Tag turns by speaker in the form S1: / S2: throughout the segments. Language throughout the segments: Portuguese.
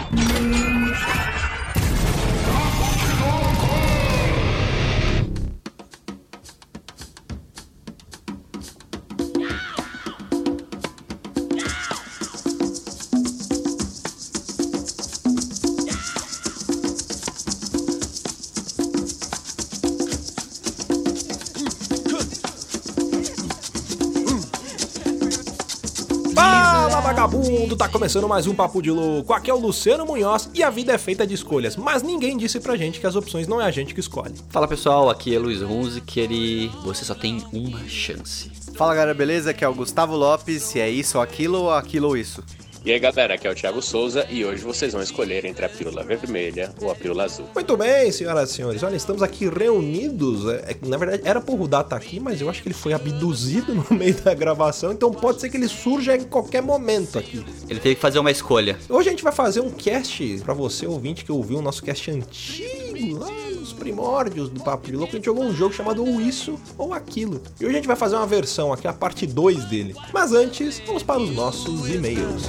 S1: Vagabundo, tá começando mais um Papo de Louco. Aqui é o Luciano Munhoz e a vida é feita de escolhas, mas ninguém disse pra gente que as opções não é a gente que escolhe.
S2: Fala pessoal, aqui é Luiz Hunziker. Você só tem uma chance.
S3: Fala galera, beleza? Aqui é o Gustavo Lopes e é isso ou aquilo ou isso.
S4: E aí galera, aqui é o Thiago Souza e hoje vocês vão escolher entre a pílula vermelha ou a pílula azul.
S1: Muito bem, senhoras e senhores, olha, estamos aqui reunidos, na verdade era pro Rudá estar aqui, mas eu acho que ele foi abduzido no meio da gravação, então pode ser que ele surja em qualquer momento aqui.
S2: Ele teve que fazer uma escolha.
S1: Hoje a gente vai fazer um cast pra você, ouvinte, que ouviu o nosso cast antigo, lá nos primórdios do Papo de Louco. A gente jogou um jogo chamado Ou Isso ou Aquilo. E hoje a gente vai fazer uma versão aqui, a parte 2 dele. Mas antes, vamos para os nossos e-mails.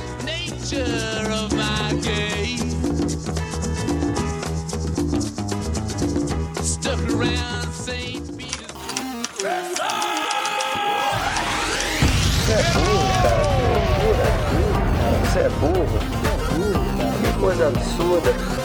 S5: Você é burro, cara. Que coisa absurda.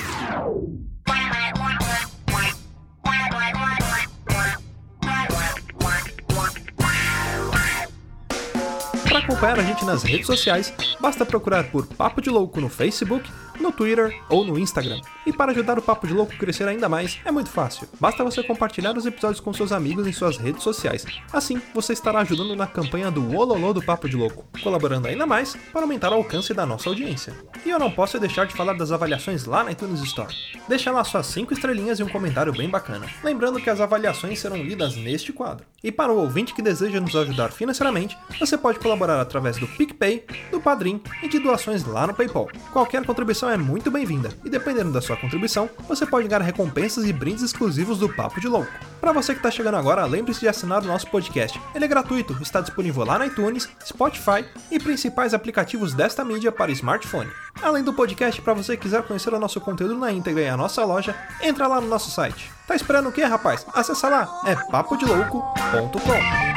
S1: Para acompanhar a gente nas redes sociais, basta procurar por Papo de Louco no Facebook, no Twitter ou no Instagram. E para ajudar o Papo de Louco a crescer ainda mais, é muito fácil. Basta você compartilhar os episódios com seus amigos em suas redes sociais. Assim, você estará ajudando na campanha do Ololô do Papo de Louco, colaborando ainda mais para aumentar o alcance da nossa audiência. E eu não posso deixar de falar das avaliações lá na iTunes Store. Deixa lá suas 5 estrelinhas e um comentário bem bacana. Lembrando que as avaliações serão lidas neste quadro. E para o ouvinte que deseja nos ajudar financeiramente, você pode colaborar através do PicPay, do Padrim e de doações lá no PayPal. Qualquer contribuição é muito bem-vinda, e dependendo da sua contribuição, você pode ganhar recompensas e brindes exclusivos do Papo de Louco. Para você que está chegando agora, lembre-se de assinar o nosso podcast. Ele é gratuito, está disponível lá na iTunes, Spotify e principais aplicativos desta mídia para smartphone. Além do podcast, para você que quiser conhecer o nosso conteúdo na íntegra e a nossa loja, entra lá no nosso site. Tá esperando o quê, rapaz? Acessa lá, é papodelouco.com.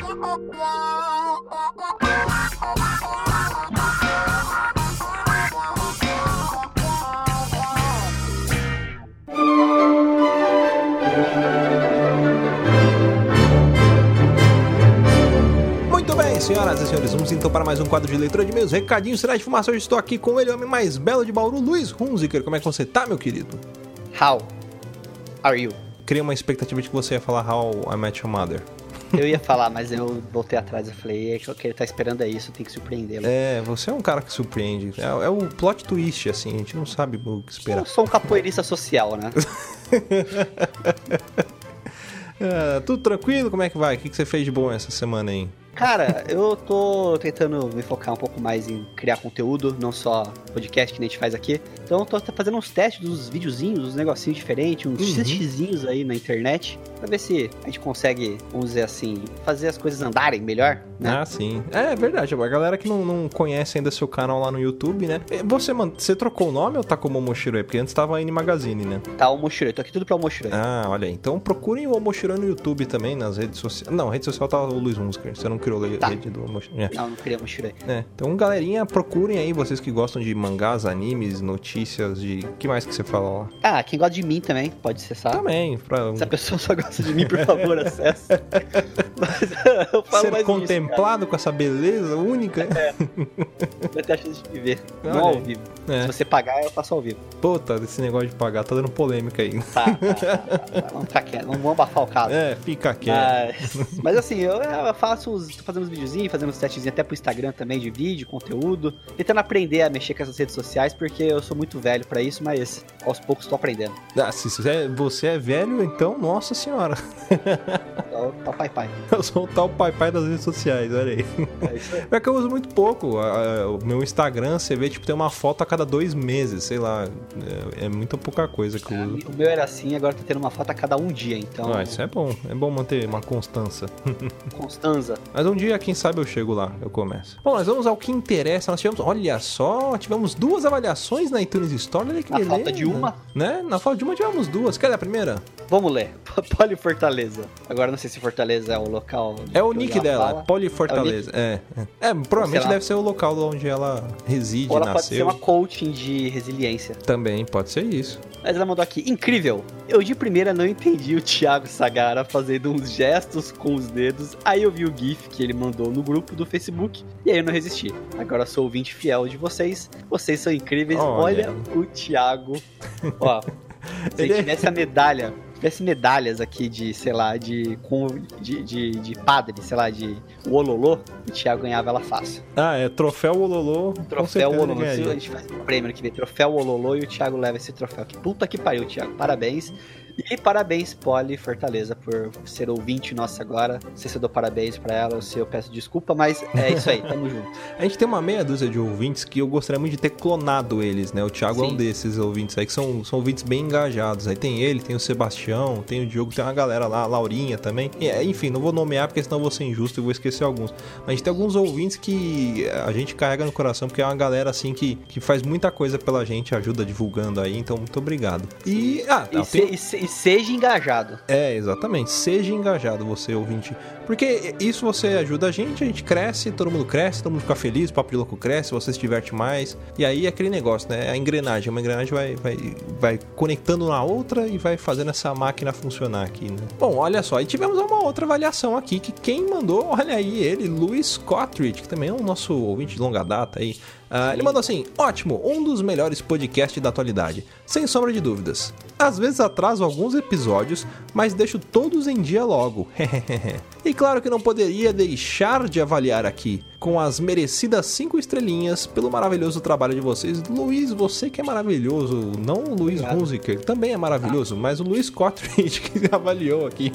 S1: Muito bem, senhoras e senhores, vamos então para mais um quadro de leitura de e-mails, recadinhos, sinais de fumaça. Hoje estou aqui com ele, o homem mais belo de Bauru, Luiz Hunziker. Como é que você tá, meu querido?
S2: How are you?
S1: Criei uma expectativa de que você ia falar How I Met Your Mother.
S6: Eu ia falar, mas eu voltei atrás e falei, o que ele tá esperando é isso, tem que surpreendê-lo.
S1: É, você é um cara que surpreende. É o plot twist, assim, a gente não sabe o que esperar.
S6: Eu sou um capoeirista social, né?
S1: Tudo tranquilo? Como é que vai? O que você fez de bom essa semana aí?
S6: Cara, eu tô tentando me focar um pouco mais em criar conteúdo, não só podcast que a gente faz aqui. Então eu tô fazendo uns testes dos videozinhos, uns negocinhos diferentes, uns xixinhos aí na internet, pra ver se a gente consegue, vamos dizer assim, fazer as coisas andarem melhor, né?
S1: Ah, sim. É verdade, a galera que não conhece ainda seu canal lá no YouTube, né? Você trocou o nome ou tá como Omoshiroi? Porque antes tava N Magazine, né?
S6: Tá, Omoshiroi, tô aqui tudo pra Omoshiroi.
S1: Ah, olha aí. Então procurem o Omoshiroi no YouTube também, nas redes sociais. Não, rede social tá o Luiz Hunziker, você não criou a rede do Omoshiroi.
S6: Não criei Omoshiroi.
S1: Então, galerinha, procurem aí, vocês que gostam de mangás, animes, notícias, de... O que mais que você fala lá?
S6: Ah, quem gosta de mim também pode acessar.
S1: Também.
S6: Se a pessoa só gosta de mim, por favor, acesse. Mas eu falo
S1: ser
S6: mais
S1: contemplado com essa beleza única.
S6: Vai ter a chance de viver. Não ao vivo. Se você pagar, eu faço ao vivo.
S1: Puta, esse negócio de pagar tá dando polêmica aí.
S6: Tá. Vamos ficar quieto, não vamos abafar o caso.
S1: Fica quieto.
S6: Mas assim, eu tô fazendo uns videozinhos, fazendo uns testezinhos até pro Instagram também de vídeo, conteúdo. Tentando aprender a mexer com essas redes sociais, porque eu sou muito velho pra isso, mas aos poucos tô aprendendo.
S1: Se você é velho, então, nossa senhora.
S6: o tal pai.
S1: Eu sou o tal pai das redes sociais, olha aí.
S6: É isso aí.
S1: É que eu uso muito pouco. O meu Instagram, você vê, tipo, tem uma foto a cada 2 meses, sei lá. É muito pouca coisa que eu uso.
S6: O meu era assim, agora tá tendo uma foto a cada um dia, então...
S1: Isso é bom. É bom manter uma constância.
S6: Constanza.
S1: Mas um dia, quem sabe, eu chego lá, eu começo. Bom, nós vamos ao que interessa. Nós tivemos, olha só, tivemos 2 avaliações na iTunes Store. Olha que
S6: Na
S1: beleza.
S6: falta de uma?
S1: Né? Na falta de uma tivemos 2. Quer ler a primeira?
S6: Vamos ler. Poli Fortaleza. Agora não sei se Fortaleza é o local...
S1: É o
S6: que
S1: nick dela,
S6: fala.
S1: Poli Fortaleza. Provavelmente deve ser o local onde ela reside,
S6: Ou ela pode
S1: nasceu.
S6: ser uma coaching de resiliência.
S1: Também pode ser isso.
S6: Mas ela mandou aqui, incrível! Eu de primeira não entendi o Thiago Sagara fazendo uns gestos com os dedos, aí eu vi o GIF que ele mandou no grupo do Facebook, e aí eu não resisti. Agora sou ouvinte fiel de vocês são incríveis, olha o Thiago. Ó, se ele tivesse a medalha... tivesse medalhas aqui de, sei lá, de padre, sei lá, de Ololô, o Thiago ganhava ela fácil.
S1: Troféu Ololô.
S6: Troféu Ololô. A gente faz um prêmio que vem troféu Ololô e o Thiago leva esse troféu. Que puta que pariu, Thiago. Parabéns. E parabéns, Poli Fortaleza, por ser ouvinte nossa agora. Não sei se eu dou parabéns pra ela ou se eu peço desculpa, mas é isso aí, tamo junto.
S1: A gente tem uma meia dúzia de ouvintes que eu gostaria muito de ter clonado eles, né? O Thiago é um desses ouvintes aí, que são ouvintes bem engajados. Aí tem ele, tem o Sebastião, tem o Diogo, tem uma galera lá, a Laurinha também. Enfim, não vou nomear porque senão eu vou ser injusto e vou esquecer alguns. Mas a gente tem alguns ouvintes que a gente carrega no coração, porque é uma galera assim que faz muita coisa pela gente, ajuda divulgando aí, então muito obrigado. E
S6: seja engajado.
S1: Exatamente. Seja engajado, você ouvinte. Porque isso você ajuda a gente cresce, todo mundo fica feliz, o Papo de Louco cresce, você se diverte mais. E aí é aquele negócio, né? A engrenagem. Uma engrenagem vai conectando na outra e vai fazendo essa máquina funcionar aqui, né? Bom, olha só. E tivemos uma outra avaliação aqui, que quem mandou, olha aí, ele, Luiz Cottridge, que também é um nosso ouvinte de longa data aí. Ele mandou assim, ótimo, um dos melhores podcasts da atualidade, sem sombra de dúvidas. Às vezes atraso alguns episódios, mas deixo todos em dia logo. E claro que não poderia deixar de avaliar aqui, com as merecidas 5 estrelinhas, pelo maravilhoso trabalho de vocês. Luiz, você que é maravilhoso, não o Luiz Hunziker, também é maravilhoso, mas o Luiz Cottridge que avaliou aqui.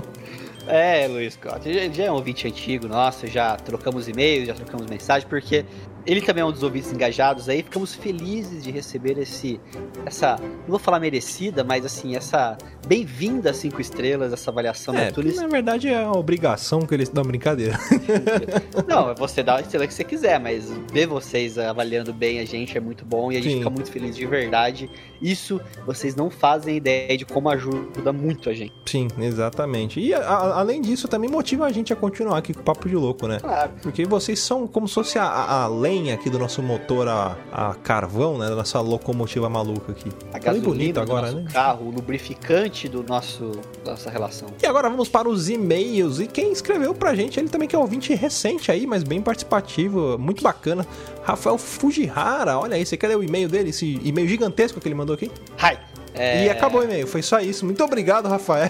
S6: Luiz Scott, já é um ouvinte antigo, nossa, já trocamos e-mails, já trocamos mensagem, porque ele também é um dos ouvintes engajados aí, ficamos felizes de receber essa, não vou falar merecida, mas assim, essa bem-vinda 5 estrelas, essa avaliação no iTunes.
S1: Na verdade é a obrigação que eles dão brincadeira.
S6: Não, você dá a estrela que você quiser, mas ver vocês avaliando bem a gente é muito bom e a gente fica muito feliz de verdade. Isso, vocês não fazem ideia de como ajuda muito a gente.
S1: Sim, exatamente. E além disso, também motiva a gente a continuar aqui com o Papo de Louco, né? Claro. Porque vocês são como se fosse a lenha aqui do nosso motor a carvão, né? Da nossa locomotiva maluca aqui.
S6: A gasolina bonito agora, do nosso carro, o lubrificante da nossa relação.
S1: E agora vamos para os e-mails. E quem escreveu pra gente, ele também que é ouvinte recente aí, mas bem participativo, muito bacana. Rafael Fujihara, olha aí, você quer ler o e-mail dele? Esse e-mail gigantesco que ele mandou aqui? E acabou o e-mail, foi só isso. Muito obrigado, Rafael.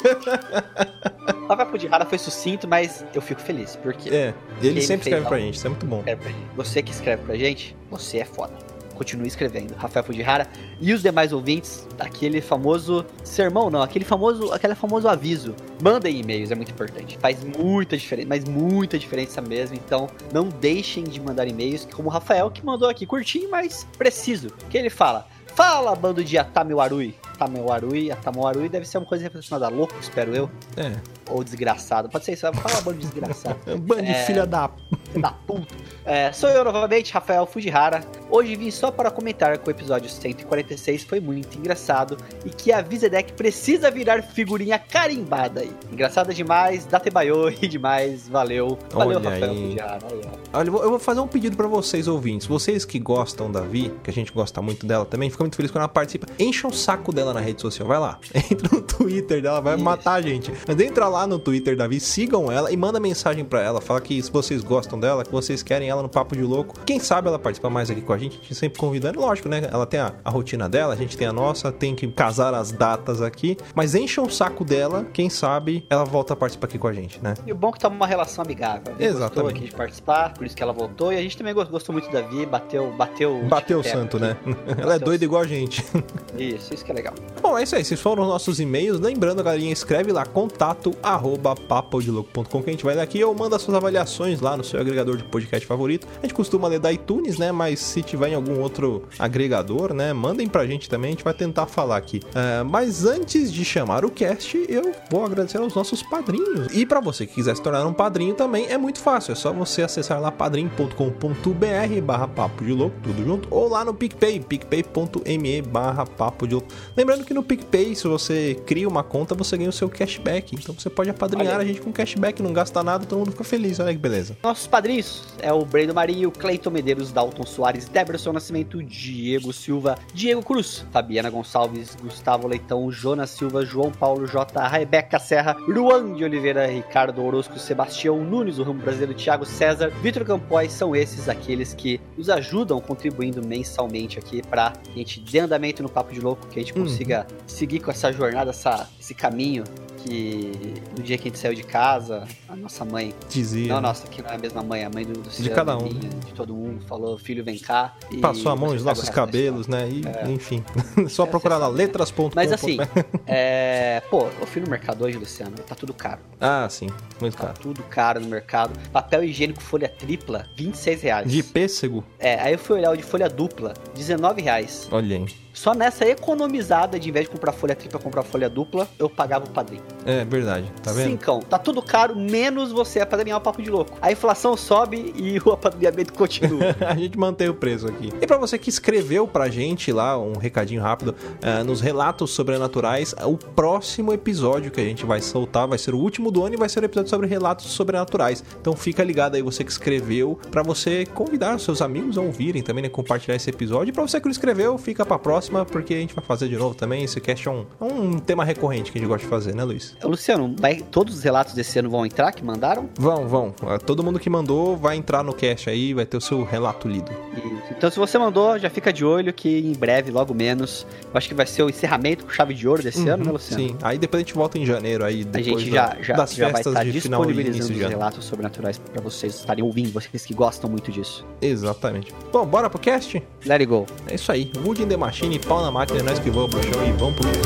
S6: Rafael Fujihara foi sucinto, mas eu fico feliz, porque...
S1: ele sempre escreve pra gente, isso é muito bom.
S6: Você que escreve pra gente, você é foda. Continue escrevendo, Rafael Fujihara. E os demais ouvintes, aquele famoso sermão, não, aquele famoso aviso. Mandem e-mails, é muito importante. Faz muita diferença, mas muita diferença mesmo. Então, não deixem de mandar e-mails, como o Rafael, que mandou aqui, curtinho, mas preciso. Que ele fala... Fala, bando de Atamewarui. Atamewarui deve ser uma coisa relacionada a louco, espero eu. Ou desgraçado. Pode ser isso, fala, bando de desgraçado.
S1: Bando de filha da
S6: puta. Sou eu novamente, Rafael Fujihara. Hoje vim só para comentar que o episódio 146 foi muito engraçado e que a Vizedec precisa virar figurinha carimbada aí. Engraçada demais, Datebaiô e demais, valeu. Valeu,
S1: olha
S6: Rafael
S1: aí.
S6: Fujihara.
S1: Olha, eu vou fazer um pedido pra vocês, ouvintes. Vocês que gostam da Vi, que a gente gosta muito dela também, fica muito feliz quando ela participa. Encha o saco dela na rede social, vai lá. Entra no Twitter dela, vai matar a gente. Mas entra lá no Twitter da Vi, sigam ela e manda mensagem pra ela. Fala que se vocês gostam dela, que vocês querem ela no Papo de Louco. Quem sabe ela participa mais aqui com a gente sempre convidando. Lógico, né? Ela tem a rotina dela, a gente tem a nossa, tem que casar as datas aqui. Mas encham o saco dela, quem sabe ela volta a participar aqui com a gente, né?
S6: E o bom é que tá uma relação amigável.
S1: Exatamente.
S6: Gostou aqui de participar, por isso que ela voltou. E a gente também gostou muito da Vi, bateu
S1: o santo, né? Ela é doida igual a gente.
S6: Isso que é legal.
S1: Bom, é isso aí. Esses foram os nossos e-mails. Lembrando, galerinha, escreve lá contato@papodilouco.com que a gente vai ler aqui ou manda suas avaliações lá no seu agregador de podcast favorito. A gente costuma ler da iTunes, né? Mas se tiver em algum outro agregador, né? Mandem pra gente também, a gente vai tentar falar aqui. Mas antes de chamar o cast, eu vou agradecer aos nossos padrinhos. E pra você que quiser se tornar um padrinho também, é muito fácil. É só você acessar lá padrim.com.br/papo de louco, tudo junto. Ou lá no PicPay, picpay.me/papo de louco. Lembrando que no PicPay, se você cria uma conta, você ganha o seu cashback. Então você pode apadrinhar a gente com cashback, não gasta nada, todo mundo fica feliz. Olha que beleza.
S6: Nossos padrinhos é o Breno Marinho, Cleiton Medeiros, Dalton Soares, Deberson Nascimento, Diego Silva, Diego Cruz, Fabiana Gonçalves, Gustavo Leitão, Jonas Silva, João Paulo J, Rebeca Serra, Luan de Oliveira, Ricardo Orozco, Sebastião Nunes, o Ramo Brasileiro, Thiago César, Vitor Campoy. São esses aqueles que nos ajudam contribuindo mensalmente aqui pra gente dê andamento no Papo de Louco, que a gente consiga seguir com essa jornada, esse caminho que no dia que a gente saiu de casa, a nossa mãe
S1: dizia.
S6: Não, nossa, que não é a mesma mãe, a mãe do
S1: de cada um,
S6: de todo mundo, falou, filho, vem cá.
S1: Passou a mão nos nossos cabelos, né? E, enfim, só procurar lá, letras.com.
S6: Mas assim, eu fui no mercado hoje, Luciano, tá tudo caro.
S1: Ah, sim, muito caro.
S6: Tá tudo caro no mercado. Papel higiênico folha tripla, R$26.
S1: De pêssego?
S6: Aí eu fui olhar o de folha dupla, R$19.
S1: Olha aí.
S6: Só nessa economizada, de invés de comprar folha tripla, comprar folha dupla, eu pagava o padrinho.
S1: É verdade, tá vendo?
S6: Cincão, tá tudo caro, menos você apadrinhar o Papo de Louco. A inflação sobe e o apadrinhamento continua.
S1: A gente mantém o preço aqui. E pra você que escreveu pra gente lá, um recadinho rápido, nos relatos sobrenaturais, o próximo episódio que a gente vai soltar vai ser o último do ano e vai ser o episódio sobre relatos sobrenaturais. Então fica ligado aí, você que escreveu, pra você convidar os seus amigos a ouvirem também, né, compartilhar esse episódio. E pra você que não escreveu, fica pra próxima, porque a gente vai fazer de novo também. Esse cast é um tema recorrente que a gente gosta de fazer, né, Luiz?
S6: Luciano, todos os relatos desse ano vão entrar, que mandaram?
S1: Vão. Todo mundo que mandou vai entrar no cast aí, vai ter o seu relato lido.
S6: Isso. Então, se você mandou, já fica de olho que em breve, logo menos, eu acho que vai ser o encerramento com chave de ouro desse ano, né, Luciano?
S1: Sim, aí depois a gente volta em janeiro aí, depois
S6: a gente já
S1: das
S6: vai
S1: festas
S6: estar
S1: de final e início
S6: disponibilizando
S1: de
S6: os
S1: ano.
S6: relatos sobrenaturais pra vocês estarem ouvindo, vocês que gostam muito disso.
S1: Exatamente. Bom, bora pro cast?
S6: Let it go.
S1: É isso aí. Wood in the Machine, pau na máquina, nós que voamos pro chão e vamos pro cast.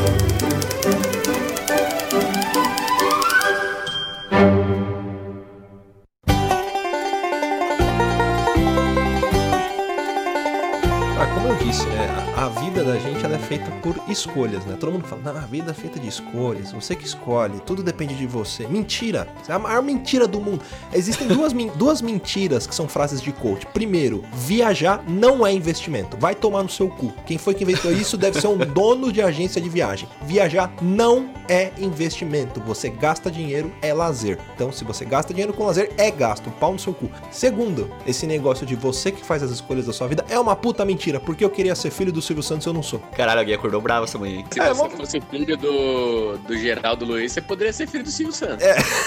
S1: Como eu disse, a vida da gente ela é feita por escolhas, né? Todo mundo fala, não, a vida é feita de escolhas, você que escolhe, tudo depende de você. Mentira! É a maior mentira do mundo. Existem duas mentiras que são frases de coach. Primeiro, viajar não é investimento. Vai tomar no seu cu. Quem foi que inventou isso deve ser um dono de agência de viagem. Viajar não é investimento. Você gasta dinheiro, é lazer. Então, se você gasta dinheiro com lazer, é gasto. Pau no seu cu. Segundo, esse negócio de você que faz as escolhas da sua vida é uma puta mentira. Porque eu queria ser filho do Silvio Santos, eu não sou.
S2: Caralho, alguém acordou bravo essa manhã.
S4: Se você fosse filho do Geraldo Luiz, você poderia ser filho do Silvio Santos.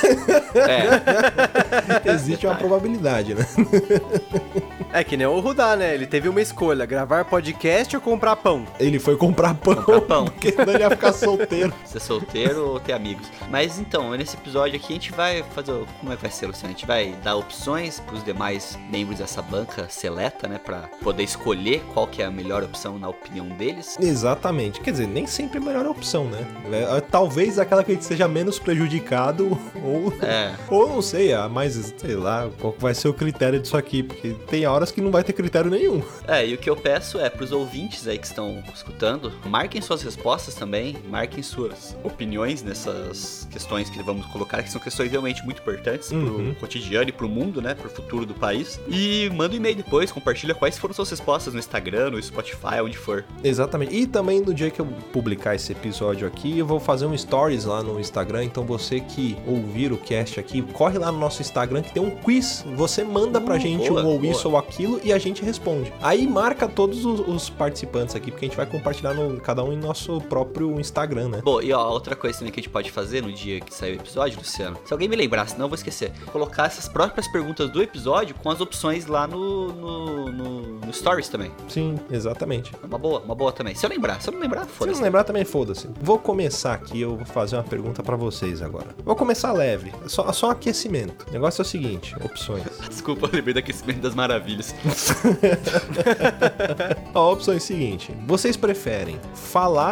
S1: Existe uma probabilidade, né?
S3: É que nem o Rudá, né? Ele teve uma escolha, gravar podcast ou comprar pão.
S1: Ele foi comprar pão. Porque senão ele ia ficar solteiro.
S2: Ser solteiro ou ter amigos. Mas então, nesse episódio aqui a gente vai fazer... Como é que vai ser, Luciano? A gente vai dar opções pros demais membros dessa banca seleta, né? Pra poder escolher qual que é a melhor opção na opinião deles.
S1: Exatamente. Quer dizer, nem sempre a melhor opção, né? Talvez aquela que a gente seja menos prejudicado ou não sei, mas sei lá, qual vai ser o critério disso aqui, porque tem horas que não vai ter critério nenhum.
S2: E o que eu peço é pros ouvintes aí que estão escutando, marquem suas respostas também, marquem suas opiniões nessas questões que vamos colocar, que são questões realmente muito importantes pro cotidiano e pro mundo, né? Pro futuro do país. E manda um e-mail depois, compartilha quais foram suas respostas no Instagram, no Spotify, onde for.
S1: Exatamente. E também no dia que eu publicar esse episódio aqui, eu vou fazer um stories lá no Instagram, então você que ouvir o cast aqui, corre lá no nosso Instagram que tem um quiz, você manda pra gente isso ou aquilo e a gente responde. Aí marca todos os participantes aqui, porque a gente vai compartilhar cada um em nosso próprio Instagram, né?
S2: Bom, e outra coisa também que a gente pode fazer no dia que sair o episódio, Luciano, se alguém me lembrar, senão eu vou esquecer, colocar essas próprias perguntas do episódio com as opções lá no Stories também.
S1: Sim, exatamente.
S2: Uma boa também. Se eu não lembrar, foda-se.
S1: Se não lembrar também, foda-se. Vou começar aqui, eu vou fazer uma pergunta pra vocês agora. Vou começar leve, só um aquecimento. O negócio é o seguinte, opções.
S2: Desculpa, eu lembrei do aquecimento das maravilhas.
S1: A opção é a seguinte, vocês preferem falar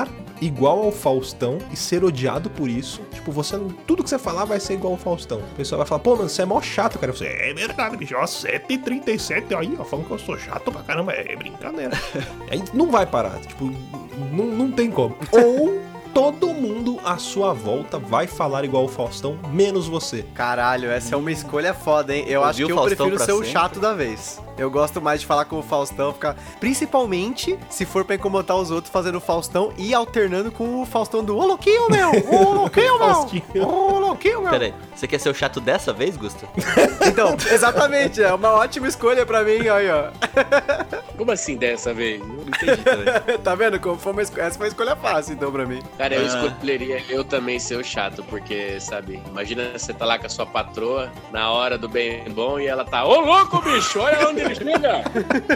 S1: igual ao Faustão e ser odiado por isso. Tipo, você não, tudo que você falar vai ser igual ao Faustão. O pessoal vai falar, pô, mano, você é mó chato, cara. Você, é verdade, bicho, ó, 7h37 aí, ó, falando que eu sou chato pra caramba, é brincadeira. Aí não vai parar, tipo, não tem como. Ou todo mundo à sua volta vai falar igual o Faustão, menos você.
S3: Caralho, essa é uma escolha foda, hein? Eu acho que eu prefiro ser o chato da vez. Eu gosto mais de falar com o Faustão, ficar... Principalmente se for pra incomodar os outros fazendo o Faustão e alternando com o Faustão do ô louquinho, meu! Ô louquinho, meu! Ô louquinho, meu!
S2: Peraí, você quer ser o chato dessa vez, Gusta?
S3: Então, exatamente, é uma ótima escolha pra mim, aí, ó.
S4: Como assim dessa vez?
S2: Não entendi também.
S3: Tá vendo? Como foi essa foi uma escolha fácil, então, pra mim.
S4: Cara, eu escolheria eu também ser o chato, porque, sabe, imagina você tá lá com a sua patroa na hora do bem bom e ela tá, ô louco, bicho, olha onde ele chega!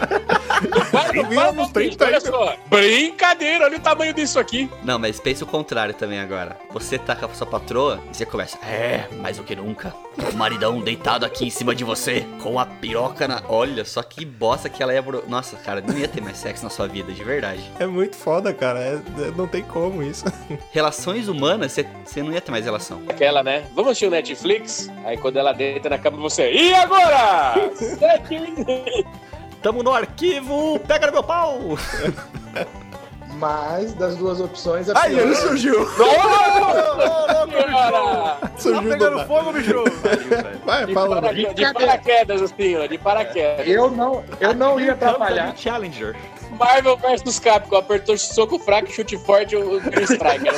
S4: Olha só, brincadeira, olha o tamanho disso aqui.
S2: Não, mas pense o contrário também agora. Você tá com a sua patroa e você começa, mais do que nunca, o maridão deitado aqui em cima de você, com a piroca na... Olha, só que bosta que ela ia... Nossa, cara, não ia ter mais sexo na sua vida, de verdade.
S1: É muito foda, cara, não tem como isso.
S2: Relações humanas, você não ia ter mais relação.
S4: Aquela, né? Vamos assistir o Netflix? Aí quando ela deita na cama, você... E agora?
S2: Tamo no arquivo, pega no meu pau!
S7: Mas, das duas opções, a
S1: Aí,
S7: pior...
S1: ele surgiu! Surgiu
S3: Tá pegando
S1: do...
S3: fogo, bicho!
S1: Vai, fala.
S4: De paraquedas, assim, ó, de paraquedas.
S7: Eu não ia atrapalhar.
S2: Challenger.
S4: Marvel vs Capcom, apertou soco fraco, chute forte, o Green Strike.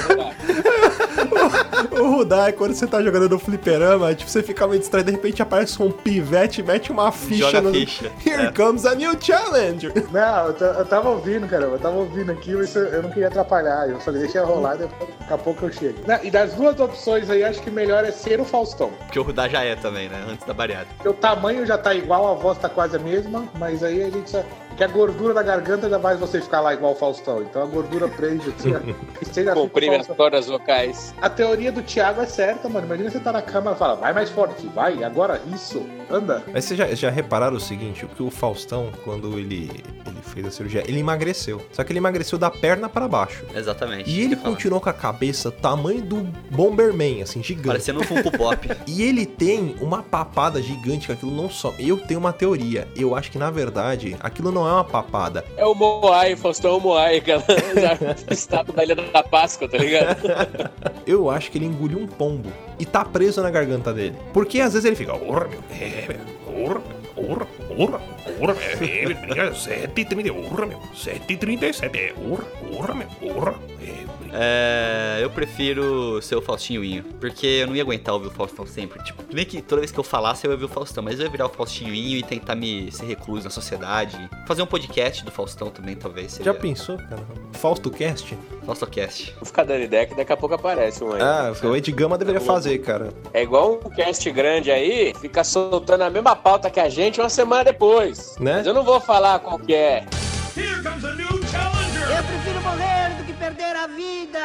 S1: O Rudai, quando você tá jogando no fliperama, tipo, você fica meio distraído, de repente aparece um pivete, mete uma ficha
S2: Joga
S1: no...
S2: ficha.
S1: Here comes a new challenger!
S7: Não, eu tava ouvindo, cara. Eu tava ouvindo aquilo e eu não queria atrapalhar. Eu falei, deixa eu rolar, depois, daqui a pouco eu chego. E das duas opções aí, acho que melhor é ser o Faustão.
S2: Porque o Rudá já é também, né? Antes da bariátrica.
S7: Porque o tamanho já tá igual, a voz tá quase a mesma, mas aí a gente só... Porque a gordura da garganta ainda faz você ficar lá igual o Faustão. Então a gordura prende aqui, ó.
S4: Comprime as cordas vocais.
S7: A teoria do Thiago é certa, mano. Imagina você tá na cama e fala, vai mais forte, vai, agora isso, anda.
S1: Mas vocês já repararam o seguinte, que o Faustão, quando ele fez a cirurgia, ele emagreceu. Só que ele emagreceu da perna pra baixo.
S2: Exatamente.
S1: E ele continuou com a cabeça tamanho do Bomberman, assim, gigante.
S2: Parecendo um Funko Pop.
S1: E ele tem uma papada gigante, que aquilo não só... Eu tenho uma teoria. Eu acho que, na verdade, aquilo não é uma papada.
S4: É o Moai, Faustão é o Moai, aquela estátua da Ilha da Páscoa, tá ligado?
S1: Eu acho que ele engoliu um pombo e tá preso na garganta dele. Porque às vezes ele fica... 7h37,
S2: Eu prefiro ser o Faustinho, porque eu não ia aguentar ouvir o Faustão sempre. Tipo, nem que toda vez que eu falasse eu ia ouvir o Faustão, mas eu ia virar o Faustinho e tentar ser recluso na sociedade. Fazer um podcast do Faustão também, talvez. Seria...
S1: Já pensou, cara? FaustoCast?
S2: FaustoCast.
S4: Vou ficar dando ideia que daqui a pouco aparece um aí.
S1: Ah, o Ed Gama deveria fazer, cara.
S4: É igual um cast grande aí, fica soltando a mesma pauta que a gente uma semana depois.
S1: Né?
S4: Mas eu não vou falar qual que é.
S8: Here comes a new challenger!
S9: Eu prefiro morrer do que perder a vida!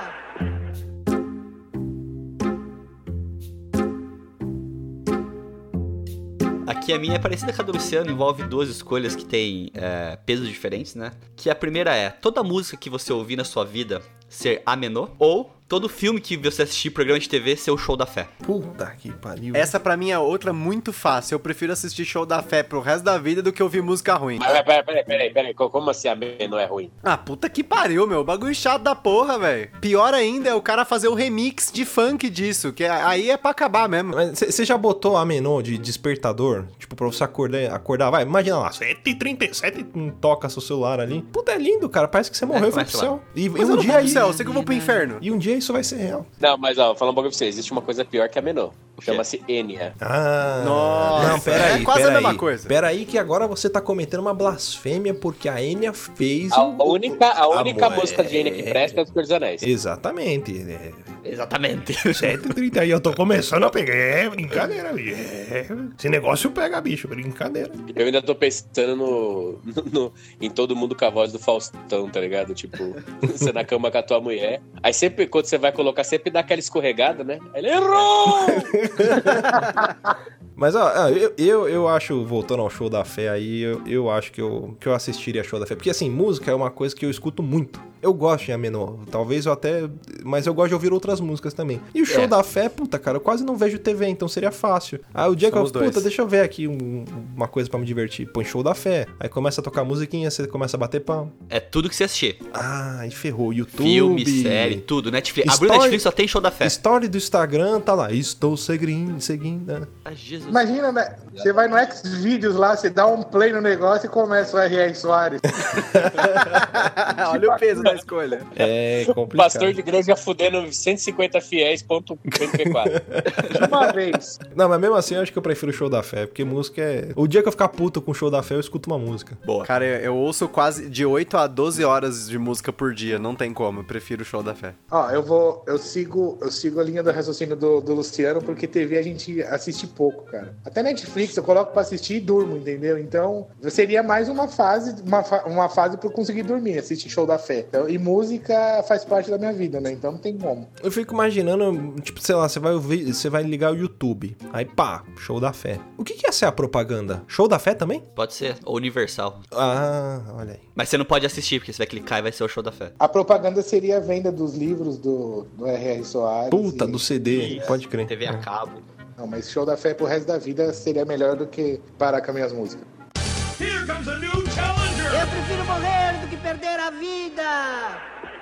S2: Aqui a minha é parecida com a do Luciano, envolve duas escolhas que têm pesos diferentes, né? Que a primeira é, toda música que você ouvir na sua vida ser amenô, ou todo filme que você assistir, programa de TV, ser o Show da Fé.
S1: Puta que pariu.
S3: Essa pra mim é outra muito fácil. Eu prefiro assistir Show da Fé pro resto da vida do que ouvir música ruim.
S4: Mas peraí, como assim a não é ruim?
S3: Ah, puta que pariu, meu. Bagulho chato da porra, velho. Pior ainda é o cara fazer o remix de funk disso, que aí é pra acabar mesmo.
S1: Mas você já botou a menor de despertador? Tipo, pra você acordar, vai, imagina lá, 7h37, toca seu celular ali. Puta, é lindo, cara, parece que você morreu e foi pro céu. E
S3: mas um dia eu sei que eu vou pro inferno.
S1: E um dia isso vai ser real.
S4: Não, mas ó, vou falar um pouco pra você, existe uma coisa pior que a menor. Chama-se Enya.
S1: Ah,
S3: nossa,
S1: não, peraí,
S3: é quase a mesma coisa.
S1: Peraí que agora você tá cometendo uma blasfêmia porque a Enya fez...
S4: A única música de Enya que presta é dos Senhor dos Anéis.
S1: Exatamente.
S2: Exatamente.
S1: 7h30 aí, eu tô começando a pegar. É brincadeira, bicho. Esse negócio pega, bicho, brincadeira.
S4: Eu ainda tô pensando em todo mundo com a voz do Faustão, tá ligado? Tipo, você na cama com a tua mulher. Aí sempre, quando você vai colocar, sempre dá aquela escorregada, né? Aí ele errou!
S1: Mas, eu acho, voltando ao Show da Fé aí, eu acho que eu assistiria Show da Fé. Porque, assim, música é uma coisa que eu escuto muito. Eu gosto de Agamenon, talvez eu até... Mas eu gosto de ouvir outras músicas também. E o Show da Fé, puta, cara, eu quase não vejo TV, então seria fácil. Aí o dia que eu... Puta, deixa eu ver aqui uma coisa pra me divertir. Põe Show da Fé. Aí começa a tocar musiquinha, você começa a bater palma.
S2: É tudo que você assistir.
S1: Ah, e ferrou. YouTube...
S2: Filme, série, tudo. Netflix. Abriu Netflix, só tem Show da Fé.
S1: Story do Instagram, tá lá. Estou seguindo.
S2: Ah, Jesus.
S7: Imagina, né? Você vai no Xvideos lá, você dá um play no negócio e começa o R.R. Soares.
S3: Olha o peso da escolha.
S1: É complicado.
S4: Pastor de igreja fudendo 150 fiéis.mp4.
S7: Uma vez.
S1: Não, mas mesmo assim eu acho que eu prefiro o Show da Fé, porque música é... O dia que eu ficar puto com o Show da Fé, eu escuto uma música.
S2: Boa.
S3: Cara, eu ouço quase de 8 a 12 horas de música por dia, não tem como, eu prefiro o Show da Fé.
S7: Ó, eu sigo a linha do raciocínio do Luciano, porque TV a gente assiste pouco, cara. Até Netflix eu coloco pra assistir e durmo, entendeu? Então, seria mais uma fase pra eu conseguir dormir, assistir Show da Fé. Então, e música faz parte da minha vida, né? Então não tem como.
S1: Eu fico imaginando, tipo, sei lá, você vai ligar o YouTube, aí pá, Show da Fé. O que ia ser a propaganda? Show da Fé também?
S2: Pode ser, ou Universal.
S1: Ah, olha aí.
S2: Mas você não pode assistir, porque você vai clicar e vai ser o Show da Fé.
S7: A propaganda seria a venda dos livros do R.R. Soares.
S1: Puta, do CD, pode crer.
S2: TV a cabo.
S7: Não, mas Show da Fé pro resto da vida seria melhor do que parar com as minhas músicas.
S8: Here comes a new challenger!
S9: Eu prefiro morrer do que perder a vida.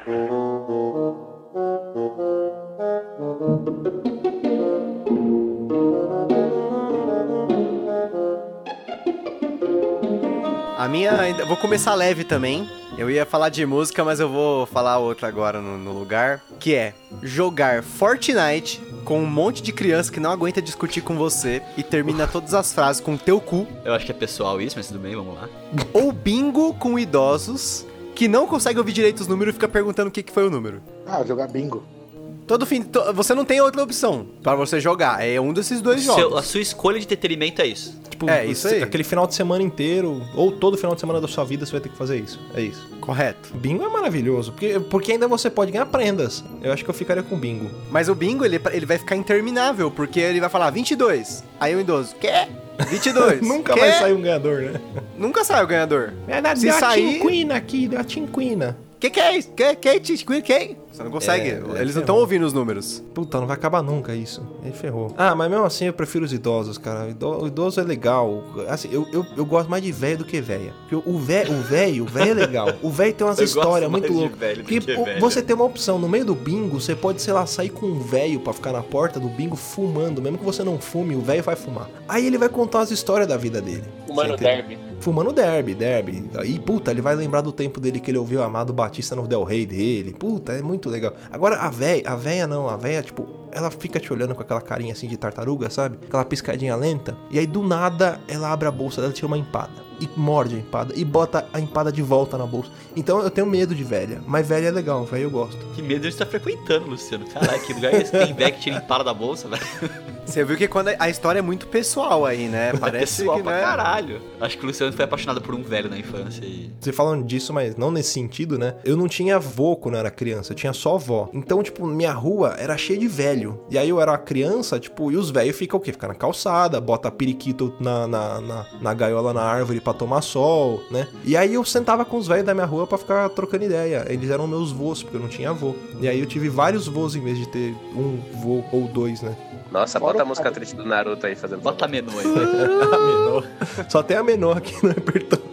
S3: A minha, vou começar leve também. Eu ia falar de música, mas eu vou falar outra agora no lugar. Que é jogar Fortnite com um monte de criança que não aguenta discutir com você e termina todas as frases com teu cu.
S2: Eu acho que é pessoal isso, mas tudo bem, vamos lá.
S3: Ou bingo com idosos que não conseguem ouvir direito os números e fica perguntando o que foi o número.
S7: Ah, jogar bingo.
S3: Todo fim, você não tem outra opção pra você jogar, é um desses dois jogos.
S2: A sua escolha de entretenimento é isso.
S1: Tipo,
S3: isso aí.
S1: Aquele final de semana inteiro, ou todo final de semana da sua vida, você vai ter que fazer isso. É isso.
S3: Correto.
S1: Bingo é maravilhoso, porque ainda você pode ganhar prendas. Eu acho que eu ficaria com bingo.
S3: Mas o bingo, ele vai ficar interminável, porque ele vai falar 22. Aí o idoso, quê? 22.
S1: Nunca vai sair um ganhador, né?
S3: Nunca sai o ganhador.
S1: Se sair... Tinquina aqui, deu a Tinquina.
S3: Que é isso? Que Tinquina? Que? Você não consegue. Eles não estão ouvindo os números.
S1: Puta, não vai acabar nunca isso. Aí ferrou. Ah, mas mesmo assim eu prefiro os idosos, cara. O idoso é legal. Assim, eu gosto mais de velho do que velha. Porque o velho é legal. O velho tem umas histórias muito loucas. Porque você tem uma opção. No meio do bingo, você pode, sei lá, sair com um velho pra ficar na porta do bingo fumando. Mesmo que você não fume, o velho vai fumar. Aí ele vai contar as histórias da vida dele.
S4: Fumando derby.
S1: Fumando derby. Aí, puta, ele vai lembrar do tempo dele que ele ouviu o Amado Batista no Del Rey dele. Puta, é muito legal. Agora, a véia não. A véia, tipo, ela fica te olhando com aquela carinha assim de tartaruga, sabe? Aquela piscadinha lenta. E aí, do nada, ela abre a bolsa dela, tira uma empada. E morde a empada. E bota a empada de volta na bolsa. Então, eu tenho medo de velha. Mas velha é legal, velho, eu gosto.
S2: Que medo de estar frequentando, Luciano. Caralho, que lugar é esse? Tem velho que tira empada da bolsa, velho.
S3: Você viu que quando a história é muito pessoal aí, né? Parece
S2: pessoal
S3: que,
S2: pra
S3: né?
S2: caralho. Acho que o Luciano foi apaixonado por um velho na infância e...
S1: Você falando disso, mas não nesse sentido, né? Eu não tinha avô quando eu era criança, eu tinha só avó. Então, tipo, minha rua era cheia de velho. E aí eu era criança, tipo, e os velhos ficam o quê? Ficam na calçada, bota periquito na gaiola na árvore pra tomar sol, né? E aí eu sentava com os velhos da minha rua pra ficar trocando ideia. Eles eram meus vôs, porque eu não tinha avô. E aí eu tive vários vôs em vez de ter um vô ou dois, né?
S4: Nossa, bota a música triste do Naruto aí fazendo.
S2: Bota a Menor aí, velho.
S1: A Menor. Só tem a Menor aqui no repertório.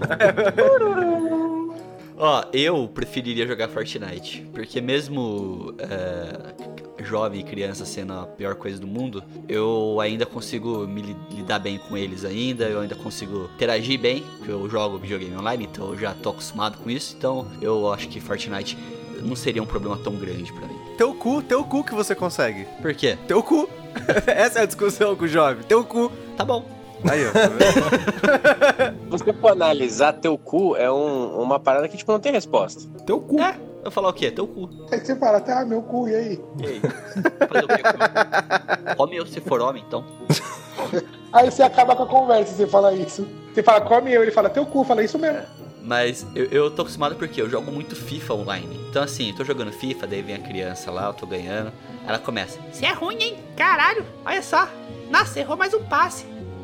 S2: Ó, eu preferiria jogar Fortnite. Porque mesmo jovem e criança sendo a pior coisa do mundo, eu ainda consigo me lidar bem com eles ainda. Eu ainda consigo interagir bem, porque eu jogo videogame online, então eu já tô acostumado com isso. Então eu acho que Fortnite não seria um problema tão grande pra mim.
S3: Teu cu que você consegue.
S2: Por quê?
S3: Teu cu. Essa é a discussão com o jovem. Teu cu.
S2: Tá bom.
S3: Aí, ó. Tá vendo?
S4: Você for analisar, teu cu é uma parada que, tipo, não tem resposta.
S1: Teu cu.
S2: É, eu vou falar o quê? Teu cu.
S7: Aí você fala, tá, meu cu, e aí?
S2: E aí? Fazer o quê com meu cu? Come eu se for homem, então.
S7: Aí você acaba com a conversa, você fala isso. Você fala, come eu, ele fala, teu cu, fala isso mesmo.
S2: Mas eu tô acostumado porque eu jogo muito FIFA online. Então assim, eu tô jogando FIFA, daí vem a criança lá, eu tô ganhando. Ela começa, você é ruim, hein? Caralho, olha só. Nossa, errou mais um passe.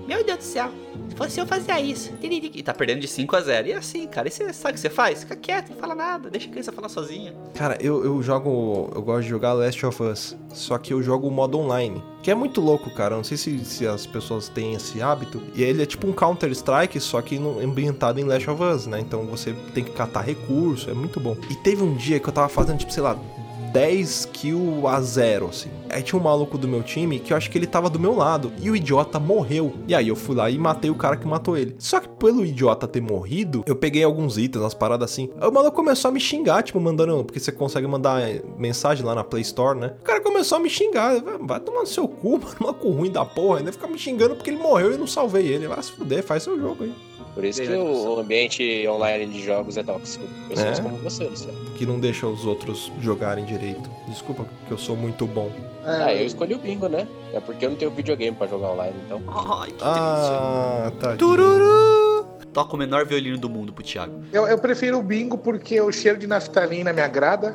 S2: Meu Deus do céu, se fosse eu fazia isso. E tá perdendo de 5-0. E assim, cara, e você sabe o que você faz? Fica quieto, não fala nada, deixa a criança falar sozinha.
S1: Cara, eu gosto de jogar Last of Us, só que eu jogo o modo online, que é muito louco, cara. Eu não sei se as pessoas têm esse hábito. E ele é tipo um Counter-Strike, só que ambientado em Last of Us, né? Então você tem que catar recurso, é muito bom. E teve um dia que eu tava fazendo, tipo, sei lá, 10 kills a 0, assim. Aí tinha um maluco do meu time que eu acho que ele tava do meu lado. E o idiota morreu. E aí eu fui lá e matei o cara que matou ele. Só que pelo idiota ter morrido, eu peguei alguns itens, umas paradas assim. Aí o maluco começou a me xingar, tipo, mandando... Porque você consegue mandar mensagem lá na Play Store, né? O cara começou a me xingar. Vai tomar no seu cu, mano. Maluco ruim da porra. Ainda ficar me xingando porque ele morreu e eu não salvei ele. Vai se fuder, faz seu jogo aí.
S4: Por isso que o ambiente online de jogos é tóxico. Pessoas como você, Luciano.
S1: Que não deixa os outros jogarem direito. Desculpa que eu sou muito bom.
S4: Eu escolhi o bingo, né? É porque eu não tenho videogame pra jogar online, então.
S2: Ai, que triste.
S1: Tá.
S2: Tururu! Toca o menor violino do mundo pro Thiago.
S7: Eu prefiro o bingo porque o cheiro de naftalina me agrada.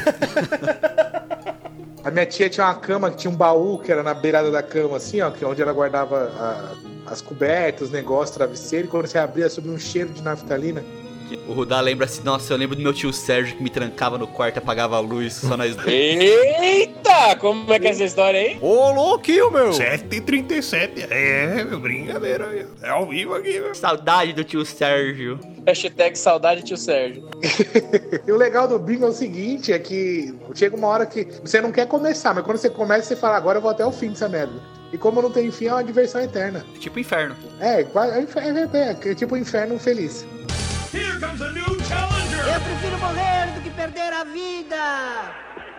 S7: A minha tia tinha uma cama que tinha um baú que era na beirada da cama, assim, ó, que é onde ela guardava as cobertas, os negócios, travesseiro, e quando você abria, subia um cheiro de naftalina.
S2: O Rudá lembra assim, nossa, eu lembro do meu tio Sérgio que me trancava no quarto e apagava a luz, só nós dois.
S4: Eita! Como é que é essa história aí?
S3: Ô, louquinho, meu!
S1: 7h37, meu, brincadeira, é ao vivo aqui, meu.
S2: Saudade do tio Sérgio.
S4: Hashtag saudade tio Sérgio.
S7: E o legal do bingo é o seguinte, é que chega uma hora que você não quer começar, mas quando você começa, você fala, agora eu vou até o fim dessa merda. E como não tem fim, é uma diversão eterna.
S2: Tipo inferno.
S7: É tipo um inferno feliz.
S8: Here comes a new challenger!
S9: Eu prefiro morrer do que perder a vida!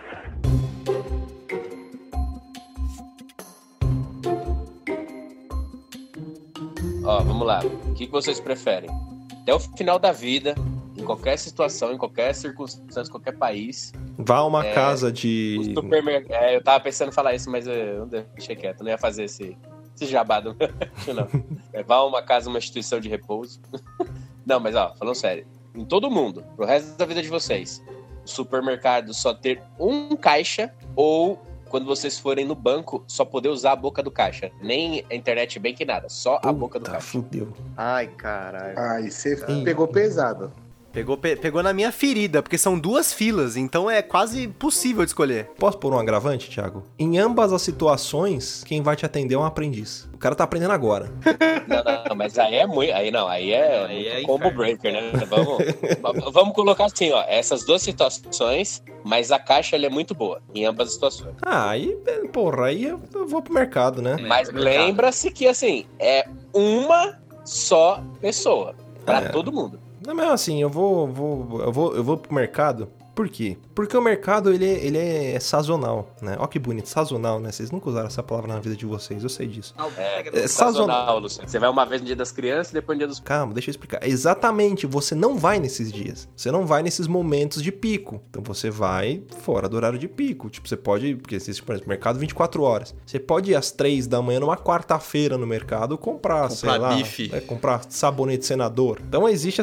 S4: Ó, vamos lá. O que vocês preferem? Até o final da vida, em qualquer situação, em qualquer circunstância, em qualquer país.
S1: Vá a uma casa de...
S4: eu tava pensando em falar isso, mas eu deixei quieto. Não ia fazer esse jabá do não. Vá a uma casa, uma instituição de repouso. Não, mas ó, falando sério. Em todo mundo, pro resto da vida de vocês, o supermercado só ter um caixa ou... Quando vocês forem no banco, só poder usar a boca do caixa. Nem a internet bank, nada. Só a boca do caixa.
S1: Fudeu.
S3: Ai, caralho.
S7: Ai, você pegou pesado.
S3: Pegou na minha ferida, porque são 2 filas, então é quase impossível de escolher.
S1: Posso pôr um agravante, Thiago? Em ambas as situações, quem vai te atender é um aprendiz. O cara tá aprendendo agora.
S4: Não, mas aí é muito... Aí é combo breaker, né? Vamos colocar assim, ó. Essas 2 situações, mas a caixa ela é muito boa em ambas as situações.
S1: Aí eu vou pro mercado, né?
S4: Mas lembra-se que, assim, é uma só pessoa. Pra todo mundo.
S1: Não, mas assim, eu vou pro mercado. Por quê? Porque o mercado, ele é sazonal, né? Ó que bonito, sazonal, né? Vocês nunca usaram essa palavra na vida de vocês, eu sei disso.
S4: É sazonal, Luciano. Você vai uma vez no dia das crianças e depois no dia dos...
S1: Calma, deixa eu explicar. Exatamente, você não vai nesses dias. Você não vai nesses momentos de pico. Então você vai fora do horário de pico. Tipo, você pode... Porque existe, por exemplo, mercado 24 horas. Você pode ir às 3 da manhã numa quarta-feira no mercado comprar sei lá...
S2: bife.
S1: Comprar sabonete senador. Então existe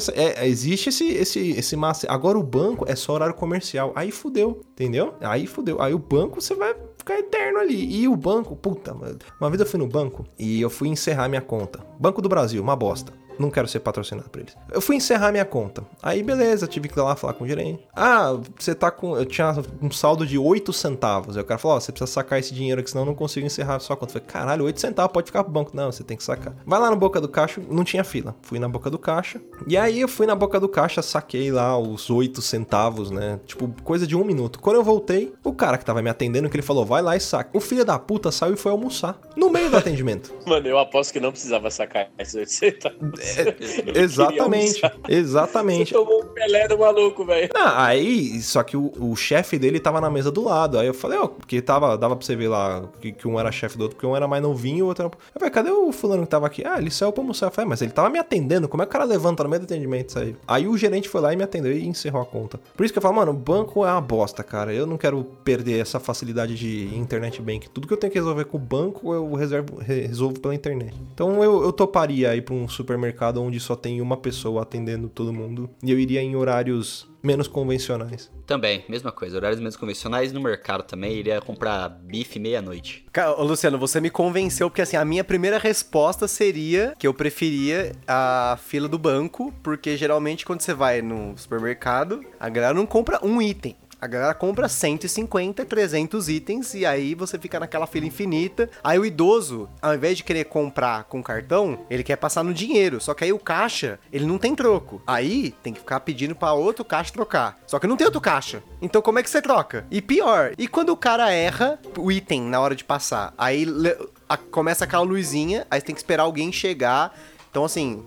S1: esse massa. Agora o banco é só horário comercial. Aí fudeu, entendeu? Aí fudeu. Aí o banco você vai ficar eterno ali. E o banco, puta, mano. Uma vez eu fui no banco e eu fui encerrar minha conta. Banco do Brasil, uma bosta. Não quero ser patrocinado por eles. Eu fui encerrar minha conta. Aí, beleza, tive que ir lá falar com o gerente. Ah, você tá com... Eu tinha um saldo de 8 centavos. Aí o cara falou, você precisa sacar esse dinheiro aqui, senão eu não consigo encerrar a sua conta. Eu falei, caralho, 8 centavos, pode ficar pro banco. Não, você tem que sacar. Vai lá na boca do caixa, não tinha fila. Fui na boca do caixa. E aí eu fui na boca do caixa, saquei lá os 8 centavos, né? Tipo, coisa de 1 minuto. Quando eu voltei, o cara que tava me atendendo, que ele falou, vai lá e saca. O filho da puta saiu e foi almoçar. No meio do atendimento.
S4: Mano, eu aposto que não precisava sacar esses 8 centavos.
S1: Exatamente. Você
S4: tomou um Pelé do maluco, velho.
S1: Aí, só que o chefe dele tava na mesa do lado. Aí eu falei, porque dava pra você ver lá que um era chefe do outro, porque um era mais novinho e o outro era... Eu falei, cadê o fulano que tava aqui? Ah, ele saiu pra almoçar. Eu falei, mas ele tava me atendendo, como é que o cara levanta no meio do atendimento? Aí o gerente foi lá e me atendeu e encerrou a conta. Por isso que eu falo, mano, o banco é uma bosta, cara. Eu não quero perder essa facilidade de internet bank. Tudo que eu tenho que resolver com o banco, eu resolvo pela internet. Então eu toparia ir pra um supermercado supermercado onde só tem uma pessoa atendendo todo mundo. E eu iria em horários menos convencionais.
S2: Também, mesma coisa. Horários menos convencionais. No mercado também, iria comprar bife meia-noite.
S3: Luciano, você me convenceu, porque assim, a minha primeira resposta seria que eu preferia a fila do banco, porque geralmente quando você vai no supermercado, a galera não compra um item. A galera compra 150, 300 itens e aí você fica naquela fila infinita. Aí o idoso, ao invés de querer comprar com cartão, ele quer passar no dinheiro. Só que aí o caixa, ele não tem troco. Aí tem que ficar pedindo pra outro caixa trocar. Só que não tem outro caixa. Então como é que você troca? E pior, e quando o cara erra o item na hora de passar? Aí começa aquela luzinha, aí você tem que esperar alguém chegar. Então assim...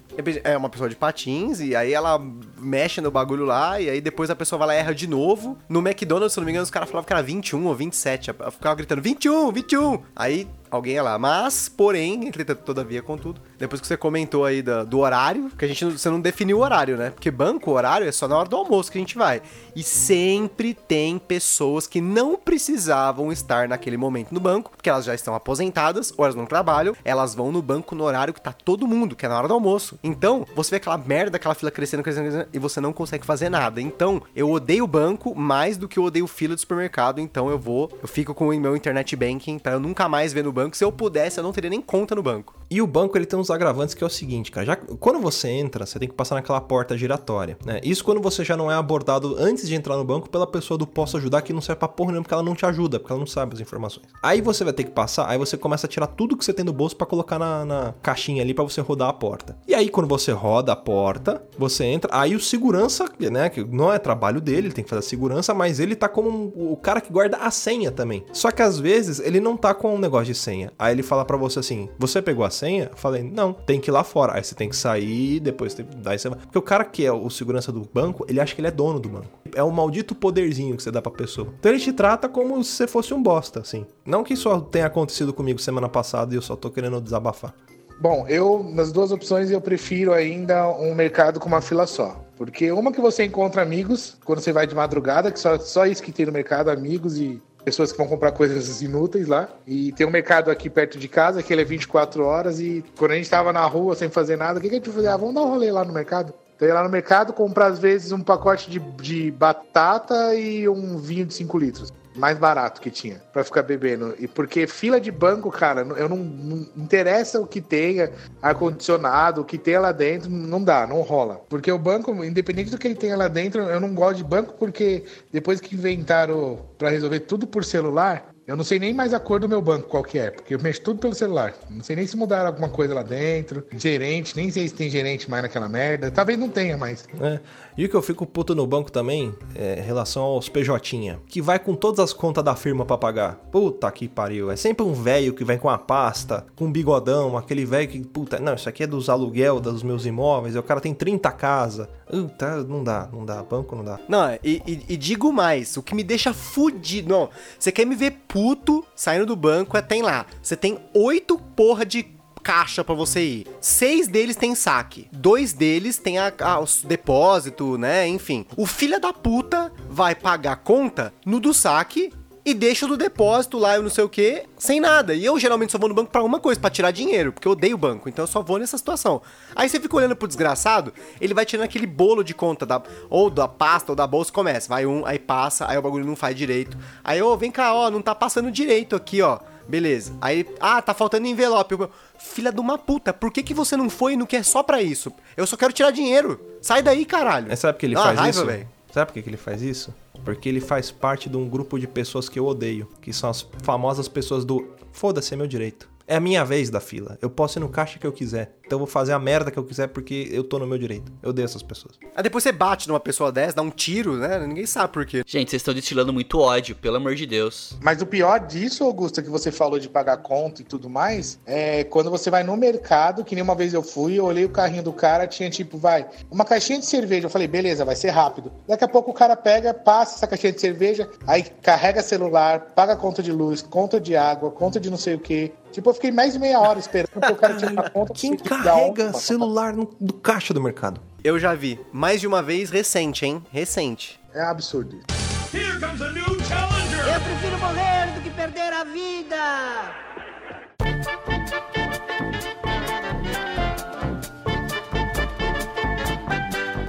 S3: é uma pessoa de patins, e aí ela mexe no bagulho lá, e aí depois a pessoa vai lá e erra de novo. No McDonald's, se não me engano, os caras falavam que era 21 ou 27. Eu ficava gritando, 21, 21! Aí alguém ia lá. Mas, porém, entretanto, todavia, contudo, depois que você comentou aí do horário, que você não definiu o horário, né? Porque banco, o horário é só na hora do almoço que a gente vai. E sempre tem pessoas que não precisavam estar naquele momento no banco, porque elas já estão aposentadas, ou elas não trabalham, elas vão no banco no horário que tá todo mundo, que é na hora do almoço. Então, você vê aquela merda, aquela fila crescendo, e você não consegue fazer nada. Então, eu odeio o banco mais do que eu odeio fila de supermercado, então eu fico com o meu internet banking pra eu nunca mais ver no banco. Se eu pudesse, eu não teria nem conta no banco.
S1: E o banco, ele tem uns agravantes que é o seguinte, cara. Quando você entra, você tem que passar naquela porta giratória, né? Isso quando você já não é abordado antes de entrar no banco pela pessoa do posso ajudar, que não serve pra porra nenhuma, porque ela não te ajuda, porque ela não sabe as informações. Aí você vai ter que passar, aí você começa a tirar tudo que você tem do bolso pra colocar na caixinha ali pra você rodar a porta. E aí quando você roda a porta, você entra, aí o segurança, né, que não é trabalho dele, ele tem que fazer a segurança, mas ele tá como o cara que guarda a senha também. Só que às vezes ele não tá com um negócio de senha. Aí ele fala pra você assim, você pegou a senha? Eu falei, não, tem que ir lá fora. Aí você tem que sair, depois daí você vai. Porque o cara que é o segurança do banco, ele acha que ele é dono do banco. É um maldito poderzinho que você dá pra pessoa. Então ele te trata como se você fosse um bosta, assim. Não que isso tenha acontecido comigo semana passada e eu só tô querendo desabafar.
S7: Bom, nas duas opções eu prefiro ainda um mercado com uma fila só. Porque uma que você encontra amigos, quando você vai de madrugada, que só isso que tem no mercado, amigos e pessoas que vão comprar coisas inúteis lá. E tem um mercado aqui perto de casa, que ele é 24 horas, e quando a gente tava na rua sem fazer nada, o que a gente fazia? Vamos dar um rolê lá no mercado. Então eu ia lá no mercado comprar às vezes um pacote de batata e um vinho de 5 litros. Mais barato que tinha, pra ficar bebendo. E porque fila de banco, cara, eu não interessa o que tenha, ar-condicionado, o que tenha lá dentro, não dá, não rola. Porque o banco, independente do que ele tenha lá dentro, eu não gosto de banco, porque depois que inventaram pra resolver tudo por celular, eu não sei nem mais a cor do meu banco, qual que é, porque eu mexo tudo pelo celular. Não sei nem se mudaram alguma coisa lá dentro. Gerente, nem sei se tem gerente mais naquela merda. Talvez não tenha mais.
S1: E o que eu fico puto no banco também, é em relação aos PJ, que vai com todas as contas da firma pra pagar. Puta que pariu. É sempre um velho que vem com a pasta, com um bigodão, aquele velho que, puta, não, isso aqui é dos aluguel dos meus imóveis, e o cara tem 30 casas. Não dá, banco não dá.
S3: Não, e digo mais, o que me deixa fudido, não, você quer me ver puto saindo do banco, tem lá, você tem 8 porra de caixa pra você ir. 6 deles tem saque. 2 deles tem os depósito, né? Enfim. O filho da puta vai pagar conta no do saque e deixa o do depósito lá, eu não sei o que, sem nada. E eu geralmente só vou no banco pra uma coisa, pra tirar dinheiro, porque eu odeio o banco, então eu só vou nessa situação. Aí você fica olhando pro desgraçado, ele vai tirando aquele bolo de conta, ou da pasta, ou da bolsa, começa. Vai aí passa, aí o bagulho não faz direito. Aí, vem cá, não tá passando direito aqui, ó. Beleza. Aí, tá faltando envelope. Filha de uma puta, por que você não foi no que é só pra isso? Eu só quero tirar dinheiro. Sai daí, caralho.
S1: Mas sabe por que ele faz isso? Véio. Sabe por que ele faz isso? Porque ele faz parte de um grupo de pessoas que eu odeio, que são as famosas pessoas do foda-se, é meu direito. É a minha vez da fila. Eu posso ir no caixa que eu quiser. Então eu vou fazer a merda que eu quiser porque eu tô no meu direito. Eu odeio essas pessoas.
S3: Aí depois você bate numa pessoa dessa, dá um tiro, né? Ninguém sabe por quê.
S2: Gente, vocês estão destilando muito ódio, pelo amor de Deus.
S7: Mas o pior disso, Augusto, que você falou de pagar conta e tudo mais, é quando você vai no mercado, que nem uma vez eu fui, eu olhei o carrinho do cara, tinha uma caixinha de cerveja. Eu falei, beleza, vai ser rápido. Daqui a pouco o cara pega, passa essa caixinha de cerveja, aí carrega celular, paga conta de luz, conta de água, conta de não sei o quê. Eu fiquei mais de meia hora esperando porque o cara tinha uma conta.
S1: Quem carrega celular do caixa do mercado?
S3: Eu já vi. Mais de uma vez, recente, hein? Recente.
S7: É absurdo.
S8: Here comes a new challenger.
S9: Eu prefiro morrer do que perder a vida.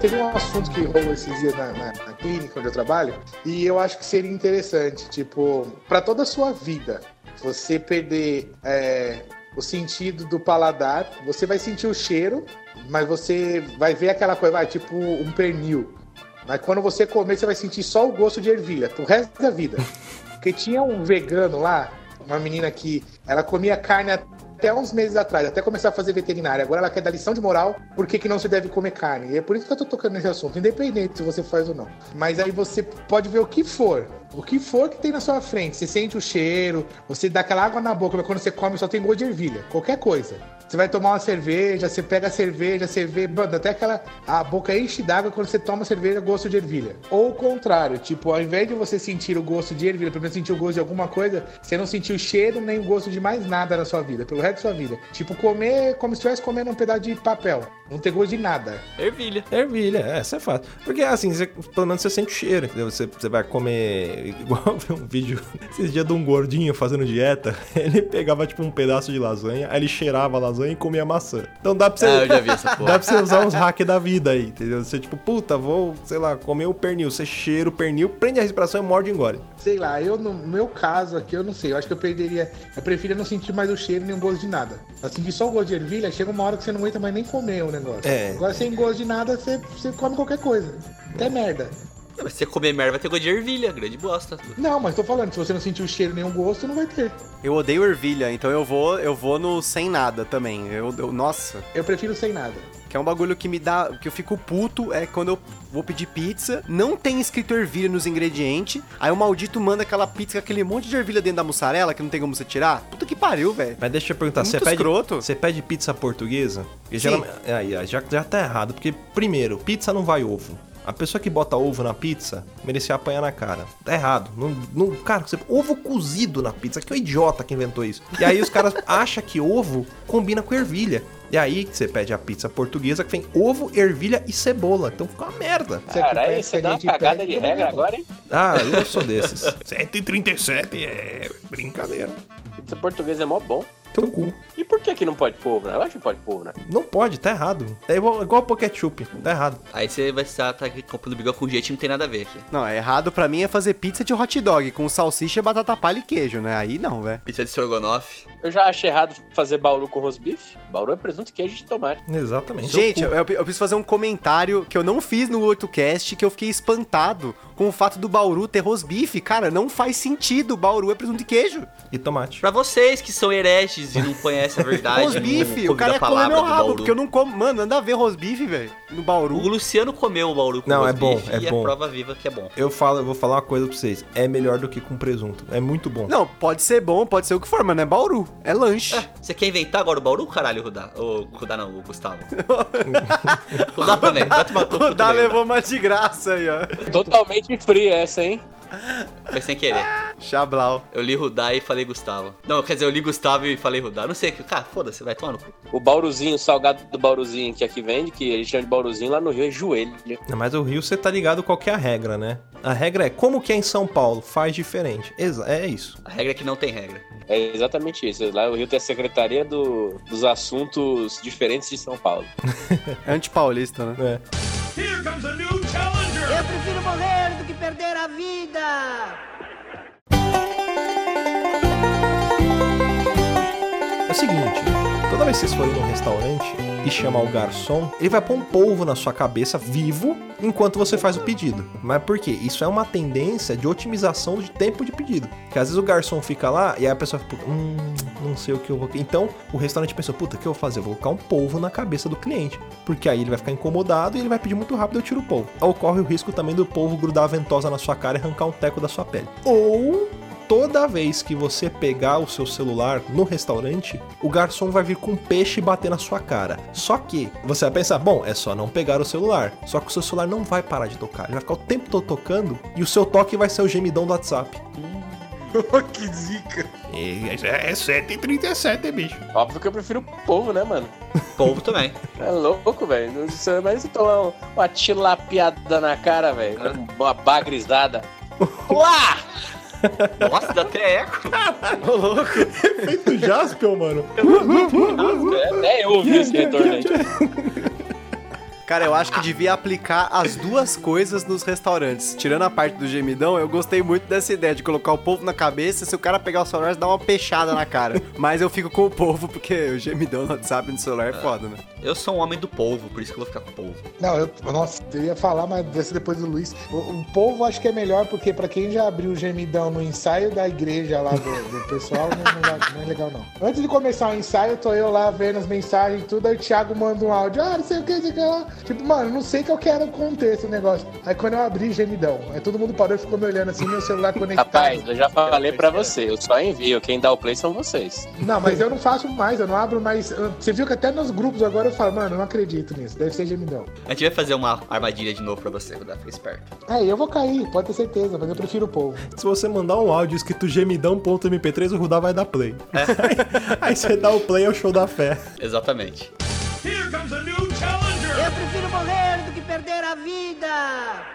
S7: teve um assunto que rolou esses dias na clínica onde eu trabalho, e eu acho que seria interessante, tipo, pra toda a sua vida, você perder o sentido do paladar, você vai sentir o cheiro, mas você vai ver aquela coisa, tipo um pernil. Mas quando você comer, você vai sentir só o gosto de ervilha, pro resto da vida. Porque tinha um vegano lá, uma menina que ela comia carne até uns meses atrás, até começar a fazer veterinária. Agora ela quer dar lição de moral por que não se deve comer carne. E é por isso que eu tô tocando nesse assunto, independente se você faz ou não. Mas aí você pode ver o que for que tem na sua frente. Você sente o cheiro, você dá aquela água na boca, mas quando você come só tem gosto de ervilha. Qualquer coisa. Você vai tomar uma cerveja, você pega a cerveja, você vê, mano, até a boca enche d'água quando você toma cerveja, gosto de ervilha. Ou o contrário, tipo, ao invés de você sentir o gosto de ervilha, pelo menos sentir o gosto de alguma coisa, você não sentiu o cheiro nem o gosto de mais nada na sua vida, pelo resto da sua vida. Tipo, comer como se estivesse comendo um pedaço de papel. Não ter gosto de nada.
S2: Ervilha.
S1: Essa é fácil. Porque assim, pelo menos você sente o cheiro, entendeu? Você vai comer... Igual ver um vídeo esses dias de um gordinho fazendo dieta, ele pegava tipo um pedaço de lasanha, aí ele cheirava a lasanha e comia maçã. Então dá pra você...
S2: eu já vi essa porra.
S1: Dá pra você usar uns hacks da vida aí, entendeu? Você tipo, puta, vou, sei lá, comer o pernil. Você cheira o pernil, prende a respiração e morde e engole.
S7: Sei lá, no meu caso aqui, eu não sei. Eu acho que eu prefiro não sentir mais o cheiro nem o gosto de nada. Eu sentir só o gosto de ervilha, chega uma hora que você não aguenta mais nem comer o negócio. Agora, sem gosto de nada, você come qualquer coisa. Até merda.
S2: Mas se você comer merda, vai ter gosto de ervilha, grande bosta.
S7: Não, mas tô falando, se você não sentir o cheiro nem o gosto, não vai ter.
S3: Eu odeio ervilha, então eu vou no sem nada também. Nossa.
S7: Eu prefiro sem nada.
S3: Que é um bagulho que me dá... Que eu fico puto é quando eu vou pedir pizza, não tem escrito ervilha nos ingredientes, aí o maldito manda aquela pizza com aquele monte de ervilha dentro da mussarela que não tem como você tirar. Puta que pariu, velho.
S1: Mas deixa eu perguntar, você pede pizza portuguesa? Já tá errado, porque primeiro, pizza não vai ovo. A pessoa que bota ovo na pizza merecia apanhar na cara. Tá errado. Cara, ovo cozido na pizza. Que é o idiota que inventou isso. E aí os caras acham que ovo combina com ervilha. E aí você pede a pizza portuguesa que tem ovo, ervilha e cebola. Então fica uma merda.
S4: Caralho, você dá uma cagada de regra agora, hein?
S1: Ah, eu sou desses. 137 é brincadeira.
S4: Pizza portuguesa é mó bom.
S1: Teu cu.
S4: E por que não pode pôr ovo, né? Eu acho que pode pôr ovo, né?
S1: Não pode, tá errado. É igual o ketchup, tá errado.
S2: Aí você vai estar comprando bigode com jeito e não tem nada a ver aqui.
S3: Não, errado pra mim é fazer pizza de hot dog com salsicha, batata palha e queijo, né? Aí não, velho.
S2: Pizza de estrogonofe.
S4: Eu já achei errado fazer bauru com rosbife. Bauru é presunto, queijo de tomate.
S1: Exatamente.
S3: Gente, eu preciso fazer um comentário que eu não fiz no 8cast, que eu fiquei espantado com o fato do bauru ter rosbife. Cara, não faz sentido. Bauru é presunto e queijo.
S1: E tomate.
S2: Pra vocês que são hereges e não conhecem a verdade.
S3: Rosbife, o cara come meu rabo, porque eu não como. Mano, anda a ver rosbife, velho, no bauru.
S2: O Luciano comeu o bauru com
S1: não,
S2: rosbife
S1: é bom.
S2: A prova viva que é bom.
S1: Eu vou falar uma coisa pra vocês. É melhor do que com presunto. É muito bom.
S3: Não, pode ser bom, pode ser o que for, mas não é bauru. É lanche.
S2: Você quer inventar agora o bauru, caralho, Rudá? O Rudá não, o Gustavo. Rudá também.
S3: O Rudá levou uma de graça aí, ó.
S4: Totalmente fria essa, hein?
S2: Foi sem querer.
S3: Chablau.
S2: Eu li Rudá e falei Gustavo. Não, quer dizer, eu li Gustavo e falei Rudá. Não sei, cara, foda-se, vai tomar no cu.
S4: O bauruzinho, o salgado do bauruzinho que aqui vende, que eles chamam de bauruzinho, lá no Rio é joelho.
S1: Mas o Rio, você tá ligado qual que é a regra, né? A regra é, como que é em São Paulo? Faz diferente. É isso.
S2: A regra é que não tem regra.
S4: É exatamente isso. Lá no Rio tem a Secretaria dos Assuntos Diferentes de São Paulo.
S3: É antipaulista, né?
S8: É. Here comes a new challenger!
S9: Eu prefiro morrer do que perder a vida!
S1: É o seguinte, toda vez que vocês forem num restaurante e chamar o garçom, ele vai pôr um polvo na sua cabeça vivo enquanto você faz o pedido. Mas por quê? Isso é uma tendência de otimização de tempo de pedido. Porque às vezes o garçom fica lá e aí a pessoa fica, não sei o que eu vou... Então o restaurante pensou, puta, o que eu vou fazer? Eu vou colocar um polvo na cabeça do cliente. Porque aí ele vai ficar incomodado e ele vai pedir muito rápido, eu tiro o polvo. Ocorre o risco também do polvo grudar a ventosa na sua cara e arrancar um teco da sua pele. Ou... toda vez que você pegar o seu celular no restaurante, o garçom vai vir com um peixe e bater na sua cara. Só que você vai pensar, bom, é só não pegar o celular. Só que o seu celular não vai parar de tocar. Ele vai ficar o tempo todo tocando e o seu toque vai ser o gemidão do WhatsApp.
S7: Que zica.
S1: É 7h37, bicho.
S4: Óbvio que eu prefiro polvo, né, mano?
S2: Polvo também.
S4: É louco, velho. Mas se tomar uma tilapiada na cara, velho. Uma bagrizada. Uá!
S2: Nossa, dá até eco.
S3: Ô, louco.
S1: Efeito Jaspion, mano.
S4: Eu ouvi esse retorno aí.
S3: Cara, eu acho que devia aplicar as duas coisas nos restaurantes. Tirando a parte do gemidão, eu gostei muito dessa ideia de colocar o polvo na cabeça, se o cara pegar o celular, dá uma peixada na cara. Mas eu fico com o polvo, porque o gemidão no WhatsApp no celular é foda, né?
S2: Eu sou um homem do polvo, por isso que eu vou ficar com o polvo.
S7: Não, eu ia falar, mas desse depois do Luiz. O polvo acho que é melhor, porque pra quem já abriu o gemidão no ensaio da igreja lá do pessoal, não é legal não. Antes de começar o ensaio, tô eu lá vendo as mensagens e tudo, aí o Thiago manda um áudio, não sei o que lá. Tipo, mano, não sei que eu quero contexto o negócio. Aí quando eu abri gemidão, aí todo mundo parou e ficou me olhando assim, meu celular conectado.
S4: Rapaz, eu já falei pra você, eu só envio, quem dá o play são vocês.
S7: Não, mas eu não faço mais, eu não abro mais. Você viu que até nos grupos agora eu falo, mano, eu não acredito nisso, deve ser gemidão.
S2: A gente vai fazer uma armadilha de novo pra você, Rudá, fica esperto.
S7: Eu vou cair, pode ter certeza, mas eu prefiro o polvo.
S1: Se você mandar um áudio escrito gemidão.mp3, o Rudá vai dar play. Aí você dá o play, é o show da fé.
S2: Exatamente.
S8: Here comes a new challenger!
S9: Eu prefiro morrer do que perder a vida!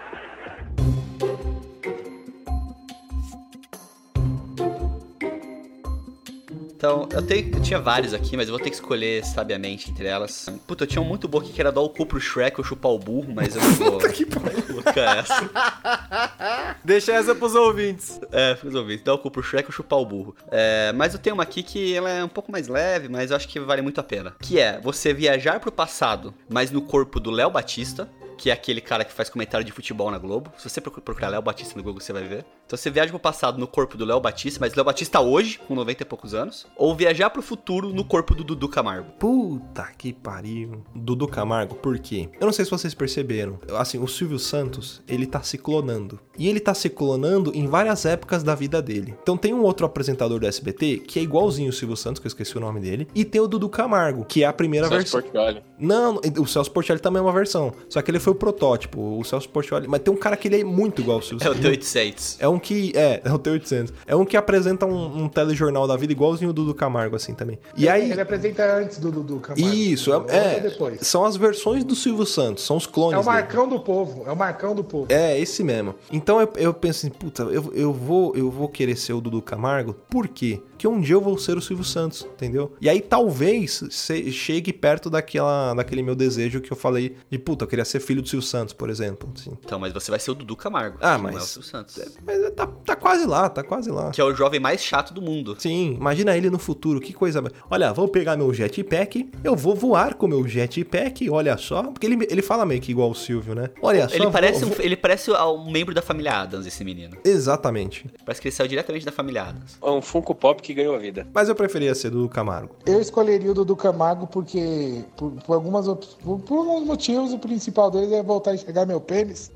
S2: Então, eu tinha vários aqui, mas eu vou ter que escolher sabiamente entre elas. Puta, eu tinha um muito bom aqui que era dar o cu pro Shrek ou chupar o burro, mas eu não vou colocar essa.
S3: Deixa essa pros ouvintes.
S2: Pros ouvintes. Dar o cu pro Shrek ou chupar o burro. Mas eu tenho uma aqui que ela é um pouco mais leve, mas eu acho que vale muito a pena. Que é você viajar pro passado, mas no corpo do Léo Batista, que é aquele cara que faz comentário de futebol na Globo. Se você procurar Léo Batista no Google, você vai ver. Então você viaja pro passado no corpo do Léo Batista, mas Léo Batista hoje, com 90 e poucos anos. Ou viajar pro futuro no corpo do Dudu Camargo.
S1: Puta que pariu. Dudu Camargo, por quê? Eu não sei se vocês perceberam. Assim, o Silvio Santos, ele tá se clonando. E ele tá se clonando em várias épocas da vida dele. Então tem um outro apresentador do SBT, que é igualzinho o Silvio Santos, que eu esqueci o nome dele. E tem o Dudu Camargo, que é a primeira versão.
S4: Celso Portiolli.
S1: Não, o Celso Portiolli também é uma versão. Só que ele foi o protótipo, o Celso Portiolli. Mas tem um cara que ele é muito igual ao Silvio Santos.
S2: É o T800.
S1: É um que... É o T800. É um que apresenta um telejornal da vida igualzinho o Dudu Camargo, assim, também. E aí...
S7: Ele apresenta antes do Dudu Camargo.
S1: Isso,
S7: depois.
S1: São as versões do Silvio Santos, são os clones
S7: É o Marcão do Povo, é o Marcão do Povo.
S1: É, esse mesmo. Então eu penso assim, puta, eu vou querer ser o Dudu Camargo, por quê? Porque um dia eu vou ser o Silvio Santos, entendeu? E aí talvez chegue perto daquele meu desejo que eu falei de, puta, eu queria ser filho do Silvio Santos, por exemplo. Assim.
S2: Então, mas você vai ser o Dudu Camargo.
S1: Mas...
S2: Não é o Silvio Santos.
S1: Mas tá quase lá, tá quase lá.
S2: Que é o jovem mais chato do mundo.
S1: Sim, imagina ele no futuro, que coisa... Olha, vou pegar meu jetpack, eu vou voar com meu jetpack, olha só. Porque ele fala meio que igual o Silvio, né? Olha só...
S2: Ele parece um membro da família Addams, esse menino.
S1: Exatamente.
S2: Parece que ele saiu diretamente da família Addams.
S4: É um Funko Pop que ganhou a vida.
S1: Mas eu preferia ser Dudu Camargo.
S7: Eu escolheria o Dudu Camargo porque, por alguns motivos, o principal deles é voltar a enxergar meu pênis.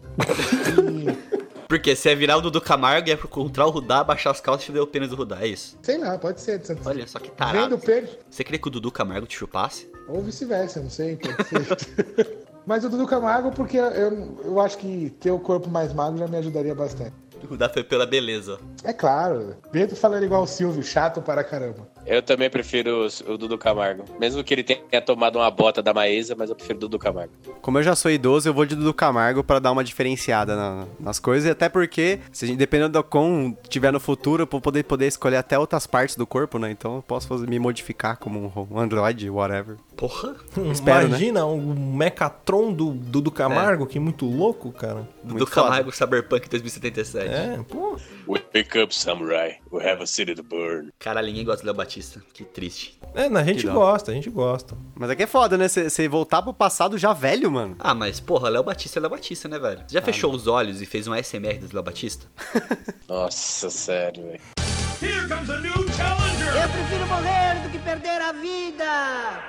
S2: Porque você ia virar o Dudu Camargo, ia encontrar o Rudá, baixar as calças e ver o pênis do Rudá, é isso?
S7: Sei lá, pode ser.
S2: Olha só que tarado.
S7: Vendo o pênis.
S2: Você queria que o Dudu Camargo te chupasse?
S7: Ou vice-versa, não sei, pode ser. Mas o Dudu Camargo, porque eu acho que ter o corpo mais magro já me ajudaria bastante.
S2: O Rudá foi pela beleza.
S7: É claro. Bento falando igual o Silvio, chato para caramba.
S4: Eu também prefiro o Dudu Camargo. Mesmo que ele tenha tomado uma bota da Maísa, mas eu prefiro o Dudu Camargo.
S3: Como eu já sou idoso, eu vou de Dudu Camargo pra dar uma diferenciada nas coisas. E até porque, dependendo do quão tiver no futuro, eu vou poder escolher até outras partes do corpo, né? Então eu posso me modificar como um android, whatever.
S2: Porra.
S3: Espero,
S1: imagina, né? Um Mechatron do Dudu Camargo, que muito louco, cara.
S2: Dudu Camargo Cyberpunk 2077.
S1: Pô.
S4: Wake up, samurai. We have a city to burn.
S2: Caralho, ninguém gosta do Léo Batista. Que triste.
S1: A gente gosta.
S3: Mas é que é foda, né? Você voltar pro passado já velho, mano.
S2: Ah, mas porra, Léo Batista é Léo Batista, né, velho? Você já fechou os olhos e fez um ASMR do Léo Batista?
S4: Nossa, sério, velho.
S8: Here comes a new challenger!
S9: Eu prefiro morrer do que perder a vida!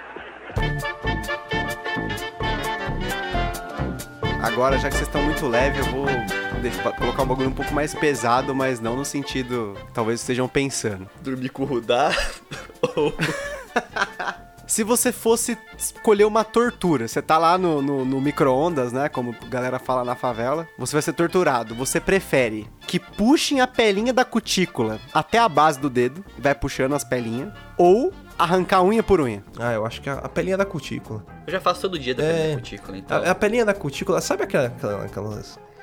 S3: Agora, já que vocês estão muito leves, eu vou colocar um bagulho um pouco mais pesado, mas não no sentido que talvez estejam pensando.
S2: Dormir com o Rudá ou...
S3: Se você fosse escolher uma tortura, você tá lá no micro-ondas, né, como a galera fala na favela, você vai ser torturado. Você prefere que puxem a pelinha da cutícula até a base do dedo, vai puxando as pelinhas, ou arrancar unha por unha?
S1: Eu acho que a pelinha da cutícula.
S2: Eu já faço todo dia da pelinha da cutícula, então.
S1: A pelinha da cutícula, sabe aquelas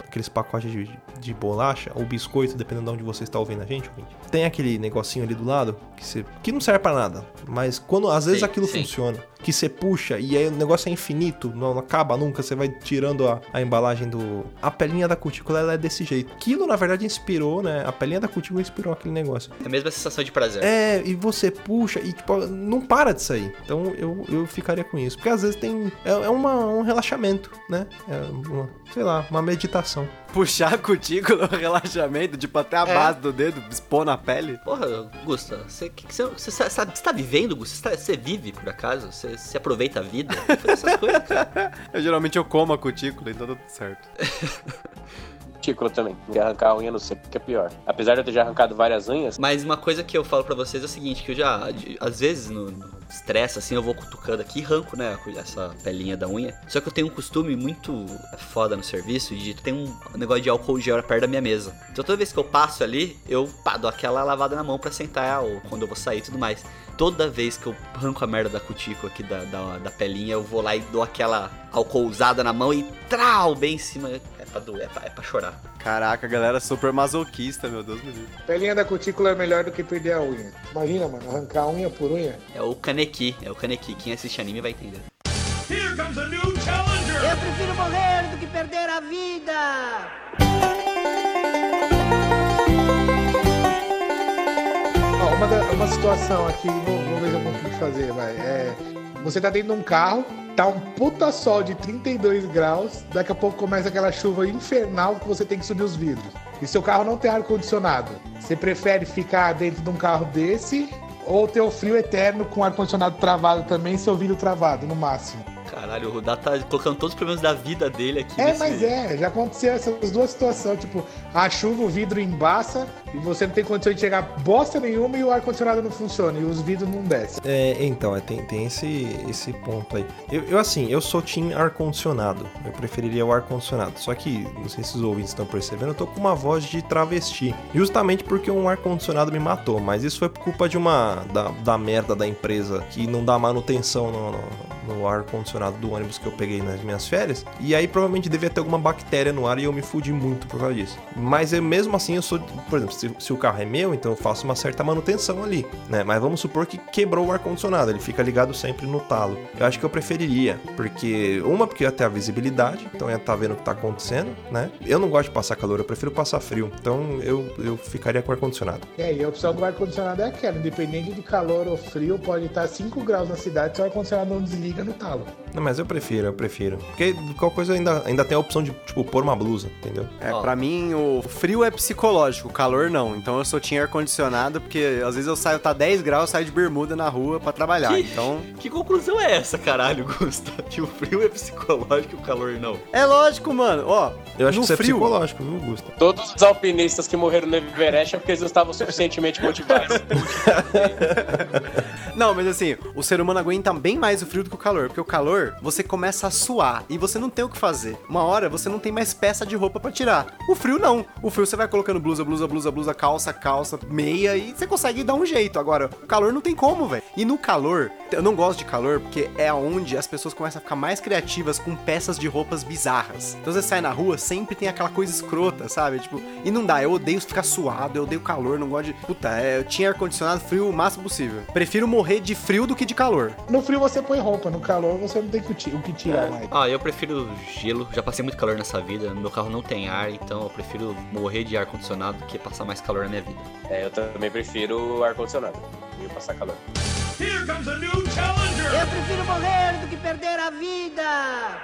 S1: aqueles pacotes de bolacha ou biscoito, dependendo de onde você está ouvindo a gente, tem aquele negocinho ali do lado que não serve pra nada, mas quando às vezes aquilo funciona, que você puxa e aí o negócio é infinito, não acaba nunca, você vai tirando a embalagem a pelinha da cutícula, ela é desse jeito. Aquilo, na verdade, inspirou, né? A pelinha da cutícula inspirou aquele negócio.
S2: É a mesma sensação de prazer.
S1: E você puxa e, tipo, não para de sair. Então, eu ficaria com isso. Porque, às vezes, um relaxamento, né? Sei lá, uma meditação.
S3: Puxar a cutícula, o relaxamento, tipo, até a base do dedo, expor na pele.
S2: Porra, Gusta, você tá vivendo, Gusta? Você vive, por acaso? Você aproveita a vida? Essas coisas, cara.
S3: Geralmente eu como a cutícula, então tá tudo certo.
S4: Cutícula também. Arrancar a unha, não sei porque é pior. Apesar de eu ter já arrancado várias unhas.
S2: Mas uma coisa que eu falo pra vocês é o seguinte, que eu já, às vezes, no estresse, assim, eu vou cutucando aqui e arranco, né, essa pelinha da unha. Só que eu tenho um costume muito foda no serviço de ter um negócio de álcool gel perto da minha mesa. Então toda vez que eu passo ali, eu dou aquela lavada na mão pra sentar, ou quando eu vou sair e tudo mais. Toda vez que eu arranco a merda da cutícula aqui da pelinha, eu vou lá e dou aquela álcoolzada na mão e trau, bem em cima. É pra doer, é pra chorar.
S3: Caraca, galera super masoquista, meu Deus do céu.
S7: Pelinha da cutícula é melhor do que perder a unha. Imagina, mano, arrancar unha por unha.
S2: É o kaneki. Quem assiste anime vai entender.
S8: Here comes a new challenger!
S9: Eu prefiro morrer do que perder a vida!
S7: Uma situação aqui, vou ver se eu consigo fazer, vai. Você tá dentro de um carro, tá um puta sol de 32 graus, daqui a pouco começa aquela chuva infernal que você tem que subir os vidros. E seu carro não tem ar-condicionado. Você prefere ficar dentro de um carro desse ou ter o frio eterno com ar-condicionado travado também, seu vidro travado, no máximo?
S2: Caralho, o Rudá tá colocando todos os problemas da vida dele aqui.
S7: Já aconteceu essas duas situações, tipo, a chuva, o vidro embaça e você não tem condição de chegar bosta nenhuma e o ar-condicionado não funciona e os vidros não descem.
S1: Então, tem esse ponto aí. Eu sou team ar-condicionado, eu preferiria o ar-condicionado, só que, não sei se os ouvintes estão percebendo, eu tô com uma voz de travesti, justamente porque um ar-condicionado me matou, mas isso foi por culpa da merda da empresa que não dá manutenção no ar-condicionado do ônibus que eu peguei nas minhas férias, e aí provavelmente devia ter alguma bactéria no ar e eu me fudi muito por causa disso. Mas mesmo assim eu sou, por exemplo, se o carro é meu, então eu faço uma certa manutenção ali, né? Mas vamos supor que quebrou o ar-condicionado, ele fica ligado sempre no talo. Eu acho que eu preferiria, porque eu ia ter a visibilidade, então eu ia estar vendo o que tá acontecendo, né? Eu não gosto de passar calor, eu prefiro passar frio, então eu ficaria com o ar-condicionado.
S7: E a opção do ar-condicionado é aquela, independente de calor ou frio, pode estar 5 graus na cidade, se o ar-condicionado não desliga no talo.
S1: Não, mas eu prefiro. Porque qualquer coisa ainda tem a opção de, tipo, pôr uma blusa, entendeu?
S3: Pra mim, o frio é psicológico, o calor não. Então eu só tinha ar-condicionado, porque às vezes eu saio, tá 10 graus, eu saio de bermuda na rua pra trabalhar, então...
S2: Que conclusão é essa, caralho, Gusta? Que o frio é psicológico e o calor não?
S3: É lógico, mano, ó.
S1: Eu acho que isso
S3: frio...
S1: é psicológico, viu, Gusta?
S4: Todos os alpinistas que morreram no Everest é porque eles não estavam suficientemente motivados.
S3: Não, mas assim, o ser humano aguenta bem mais o frio do que o calor, porque o calor, você começa a suar e você não tem o que fazer. Uma hora você não tem mais peça de roupa pra tirar. O frio não. O frio você vai colocando blusa, calça, meia e você consegue dar um jeito. Agora, o calor não tem como, velho. E no calor, eu não gosto de calor porque é onde as pessoas começam a ficar mais criativas com peças de roupas bizarras. Então você sai na rua, sempre tem aquela coisa escrota, sabe? Tipo, e não dá, eu odeio ficar suado, eu odeio calor, não gosto de... Puta, eu tinha ar-condicionado frio o máximo possível. Prefiro morrer de frio do que de calor.
S7: No frio você põe roupa, no calor você não tem o que tirar mais.
S2: Eu prefiro gelo, já passei muito calor nessa vida, no meu carro não tem ar, então eu prefiro morrer de ar-condicionado do que passar mais calor na minha vida.
S4: Eu também prefiro ar-condicionado, eu passar calor.
S8: Here comes a new challenger!
S9: Eu prefiro morrer do que perder a vida!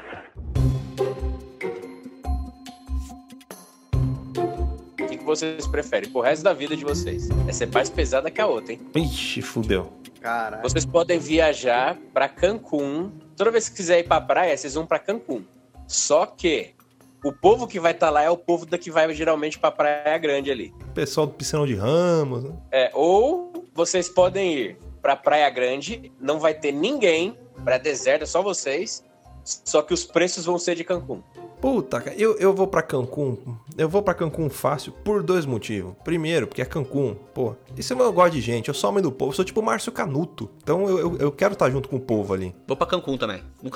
S4: O que vocês preferem pro resto da vida de vocês? É ser mais pesada que a outra, hein?
S1: Ixi, fudeu.
S3: Caralho.
S4: Vocês podem viajar pra Cancún. Toda vez que quiser ir pra praia, vocês vão pra Cancún. Só que o povo que vai estar lá é o povo que vai geralmente pra Praia Grande ali.
S1: Pessoal do Piscinão de Ramos, né?
S4: Ou vocês podem ir pra Praia Grande, não vai ter ninguém, praia deserta, só vocês, só que os preços vão ser de Cancún.
S1: Puta, cara, eu vou pra Cancún. Eu vou pra Cancún fácil por 2 motivos. Primeiro, porque é Cancún. Pô, isso eu gosto de gente. Eu sou homem do povo. Eu sou tipo Márcio Canuto. Então eu quero estar junto com o povo ali.
S2: Vou pra Cancún também. Nunca fui.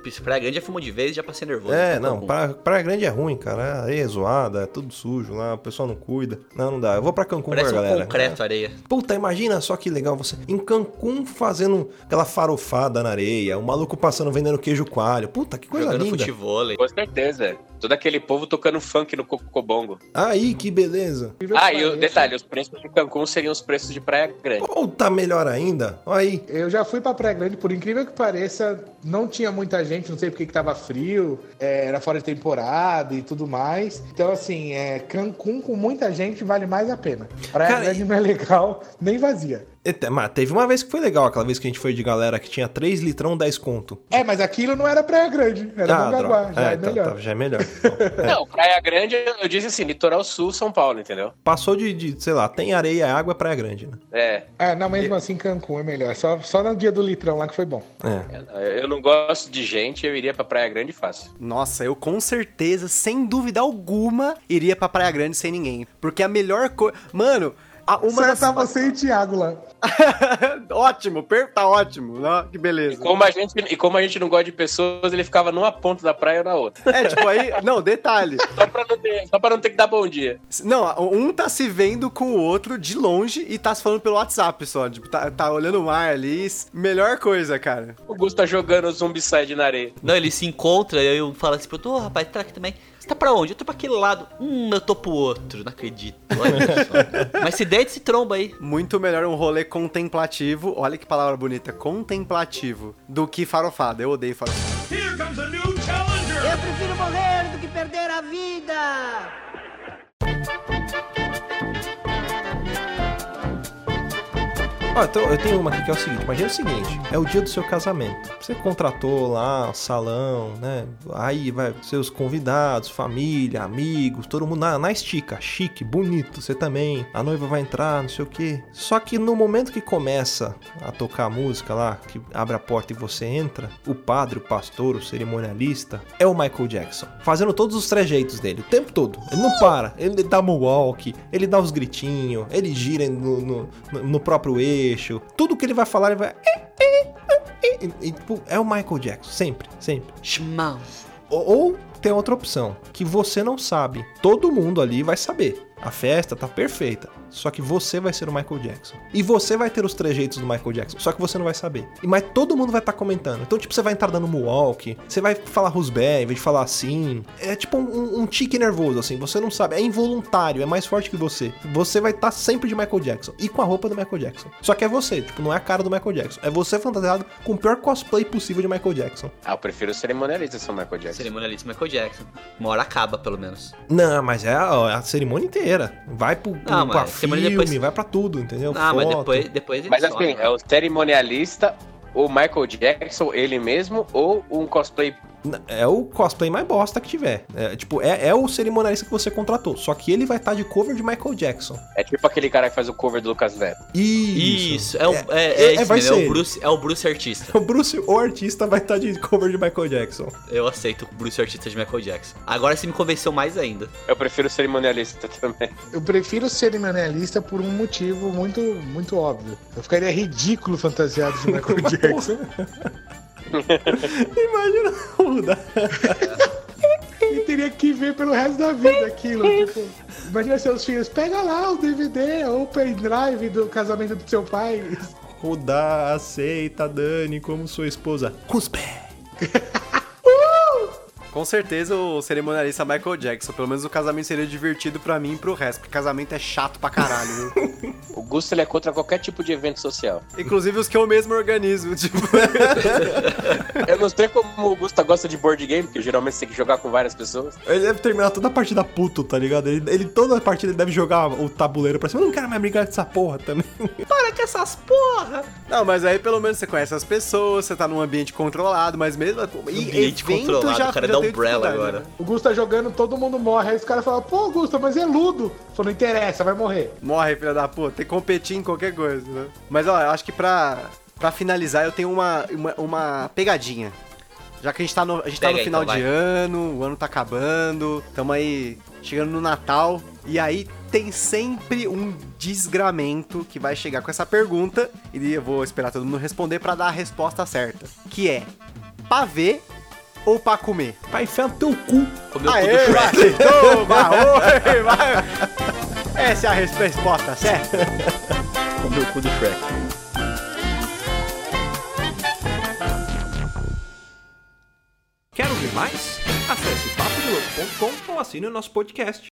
S2: Praia Grande já fumou de vez e já passei nervoso.
S10: Não, Praia Grande é ruim, cara. Areia é zoada, é tudo sujo lá, o pessoal não cuida. Não dá. Eu vou pra Cancún,
S2: parece
S10: galera.
S2: Parece concreto, areia.
S10: Puta, imagina só que legal você em Cancún fazendo aquela farofada na areia, o maluco passando vendendo queijo coalho. Puta, que coisa
S2: jogando
S10: linda.
S2: futevôlei.
S4: Com certeza. Todo aquele povo tocando funk no Cocobongo.
S10: Aí, que beleza.
S4: E o detalhe, os preços de Cancún seriam os preços de Praia Grande.
S10: Tá melhor ainda. Aí.
S7: Eu já fui pra Praia Grande, por incrível que pareça, não tinha muita gente, não sei porque que tava frio, era fora de temporada e tudo mais. Então, assim, Cancún com muita gente vale mais a pena. Praia Grande não é legal, nem vazia.
S10: Mas teve uma vez que foi legal, aquela vez que a gente foi de galera que tinha 3 litrão, 10 conto.
S7: Mas aquilo não era Praia Grande, era Mongaguá, já é melhor.
S10: Já é melhor.
S4: Não, Praia Grande, eu disse assim, litoral sul, São Paulo, entendeu?
S10: Passou de sei lá, tem areia, água, é Praia Grande, né?
S7: Não, mesmo assim Cancún é melhor, só no dia do litrão lá que foi bom.
S4: Eu não gosto de gente, eu iria pra Praia Grande fácil.
S3: Nossa, eu com certeza, sem dúvida alguma, iria pra Praia Grande sem ninguém. Porque a melhor coisa... Mano...
S7: Tá você e o Thiago lá.
S3: Ótimo, tá ótimo. Que beleza.
S4: E como a gente não gosta de pessoas, ele ficava numa ponta da praia ou na outra.
S3: Tipo aí... Não, detalhe.
S4: Só pra não ter que dar bom dia.
S3: Não, um tá se vendo com o outro de longe e tá se falando pelo WhatsApp só. Tipo, tá olhando o mar ali. Melhor coisa, cara.
S4: O Gusto tá jogando o Zombicide na areia.
S2: Não, ele se encontra e eu falo assim, rapaz, tá aqui também. Você tá pra onde? Eu tô pra aquele lado. Eu tô pro outro. Não acredito. Olha só. Mas se der, se tromba aí.
S3: Muito melhor um rolê contemplativo. Olha que palavra bonita. Contemplativo. Do que farofada. Eu odeio farofada.
S8: Here comes a new challenger.
S9: Eu prefiro morrer do que perder a vida.
S10: Então eu tenho uma aqui que é o seguinte, imagina o seguinte, é o dia do seu casamento, você contratou lá, salão, né, aí vai seus convidados, família, amigos, todo mundo na estica, chique, bonito, você também, a noiva vai entrar, não sei o que, só que no momento que começa a tocar a música lá, que abre a porta e você entra, o padre, o pastor, o cerimonialista, é o Michael Jackson, fazendo todos os trejeitos dele, o tempo todo, ele não para, ele dá moonwalk, ele dá os gritinhos, ele gira no próprio eixo, tudo que ele vai falar, ele vai... é o Michael Jackson, sempre. Ou tem outra opção, que você não sabe, todo mundo ali vai saber, a festa tá perfeita, só que você vai ser o Michael Jackson. E você vai ter os trejeitos do Michael Jackson, só que você não vai saber. Mas todo mundo vai estar comentando. Então, tipo, você vai entrar dando moonwalk, você vai falar rusbé, em vez de falar assim. É tipo um tique nervoso, assim. Você não sabe, é involuntário, é mais forte que você. Você vai estar sempre de Michael Jackson. E com a roupa do Michael Jackson. Só que é você, tipo, não é a cara do Michael Jackson. É você fantasiado com o pior cosplay possível de Michael Jackson.
S4: Eu prefiro o cerimonialista ser o Michael Jackson.
S2: Cerimonialista Michael Jackson. Uma hora acaba, pelo menos.
S10: Não, mas é a cerimônia inteira. Vai pra filme, depois... vai pra tudo, entendeu?
S2: Mas depois
S4: mas assim, é o cerimonialista, o Michael Jackson, ele mesmo, ou um cosplay?
S10: É o cosplay mais bosta que tiver. É o cerimonialista que você contratou. Só que ele vai estar de cover de Michael Jackson.
S4: É tipo aquele cara que faz o cover do Lucas Neto.
S10: Isso.
S2: É o Bruce artista.
S10: O artista vai estar de cover de Michael Jackson.
S2: Eu aceito o Bruce artista de Michael Jackson. Agora você me convenceu mais ainda.
S4: Eu prefiro o cerimonialista também.
S7: Eu prefiro o cerimonialista por um motivo muito, muito óbvio. Eu ficaria ridículo fantasiado de Michael Jackson.
S10: Imagina mudar.
S7: E teria que ver pelo resto da vida aquilo. Tipo, imagina seus filhos, pega lá o DVD ou o pendrive do casamento do seu pai.
S10: Rudá aceita a Dani como sua esposa. Cuspe!
S3: Com certeza o cerimonialista Michael Jackson. Pelo menos o casamento seria divertido pra mim e pro resto, porque casamento é chato pra caralho, viu?
S4: O Gusto, ele é contra qualquer tipo de evento social.
S3: Inclusive os que eu mesmo organizo, tipo...
S4: Eu não sei como o Gusto gosta de board game, porque geralmente você tem que jogar com várias pessoas.
S10: Ele deve terminar toda a partida puto, tá ligado? Ele toda a partida ele deve jogar o tabuleiro pra cima. Eu não quero mais brigar com essa porra também.
S2: Para com essas porra!
S3: Não, mas aí pelo menos você conhece as pessoas, você tá num ambiente controlado, mas mesmo...
S2: Ambiente controlado, já, o cara dá umbrella agora.
S7: Né? O Gusto tá jogando, todo mundo morre. Aí os caras falam, pô, Gusto, mas é ludo. Falou, não interessa, vai morrer.
S3: Morre, filha da puta. Tem que competir em qualquer coisa, né? Mas, ó, eu acho que pra finalizar, eu tenho uma pegadinha. Já que a gente tá no final de ano, o ano tá acabando, tamo aí chegando no Natal, e aí tem sempre um desgramento que vai chegar com essa pergunta, e eu vou esperar todo mundo responder pra dar a resposta certa, que é pavê ou pra comer?
S10: Pra enfiar no teu cu.
S2: Comer o cu do
S3: Aê,
S2: Shrek.
S3: acertou, vai. Essa é a resposta, certo?
S2: Comer o cu do Shrek.
S1: Quer ouvir mais? Acesse papodelouco.com ou assine o nosso podcast.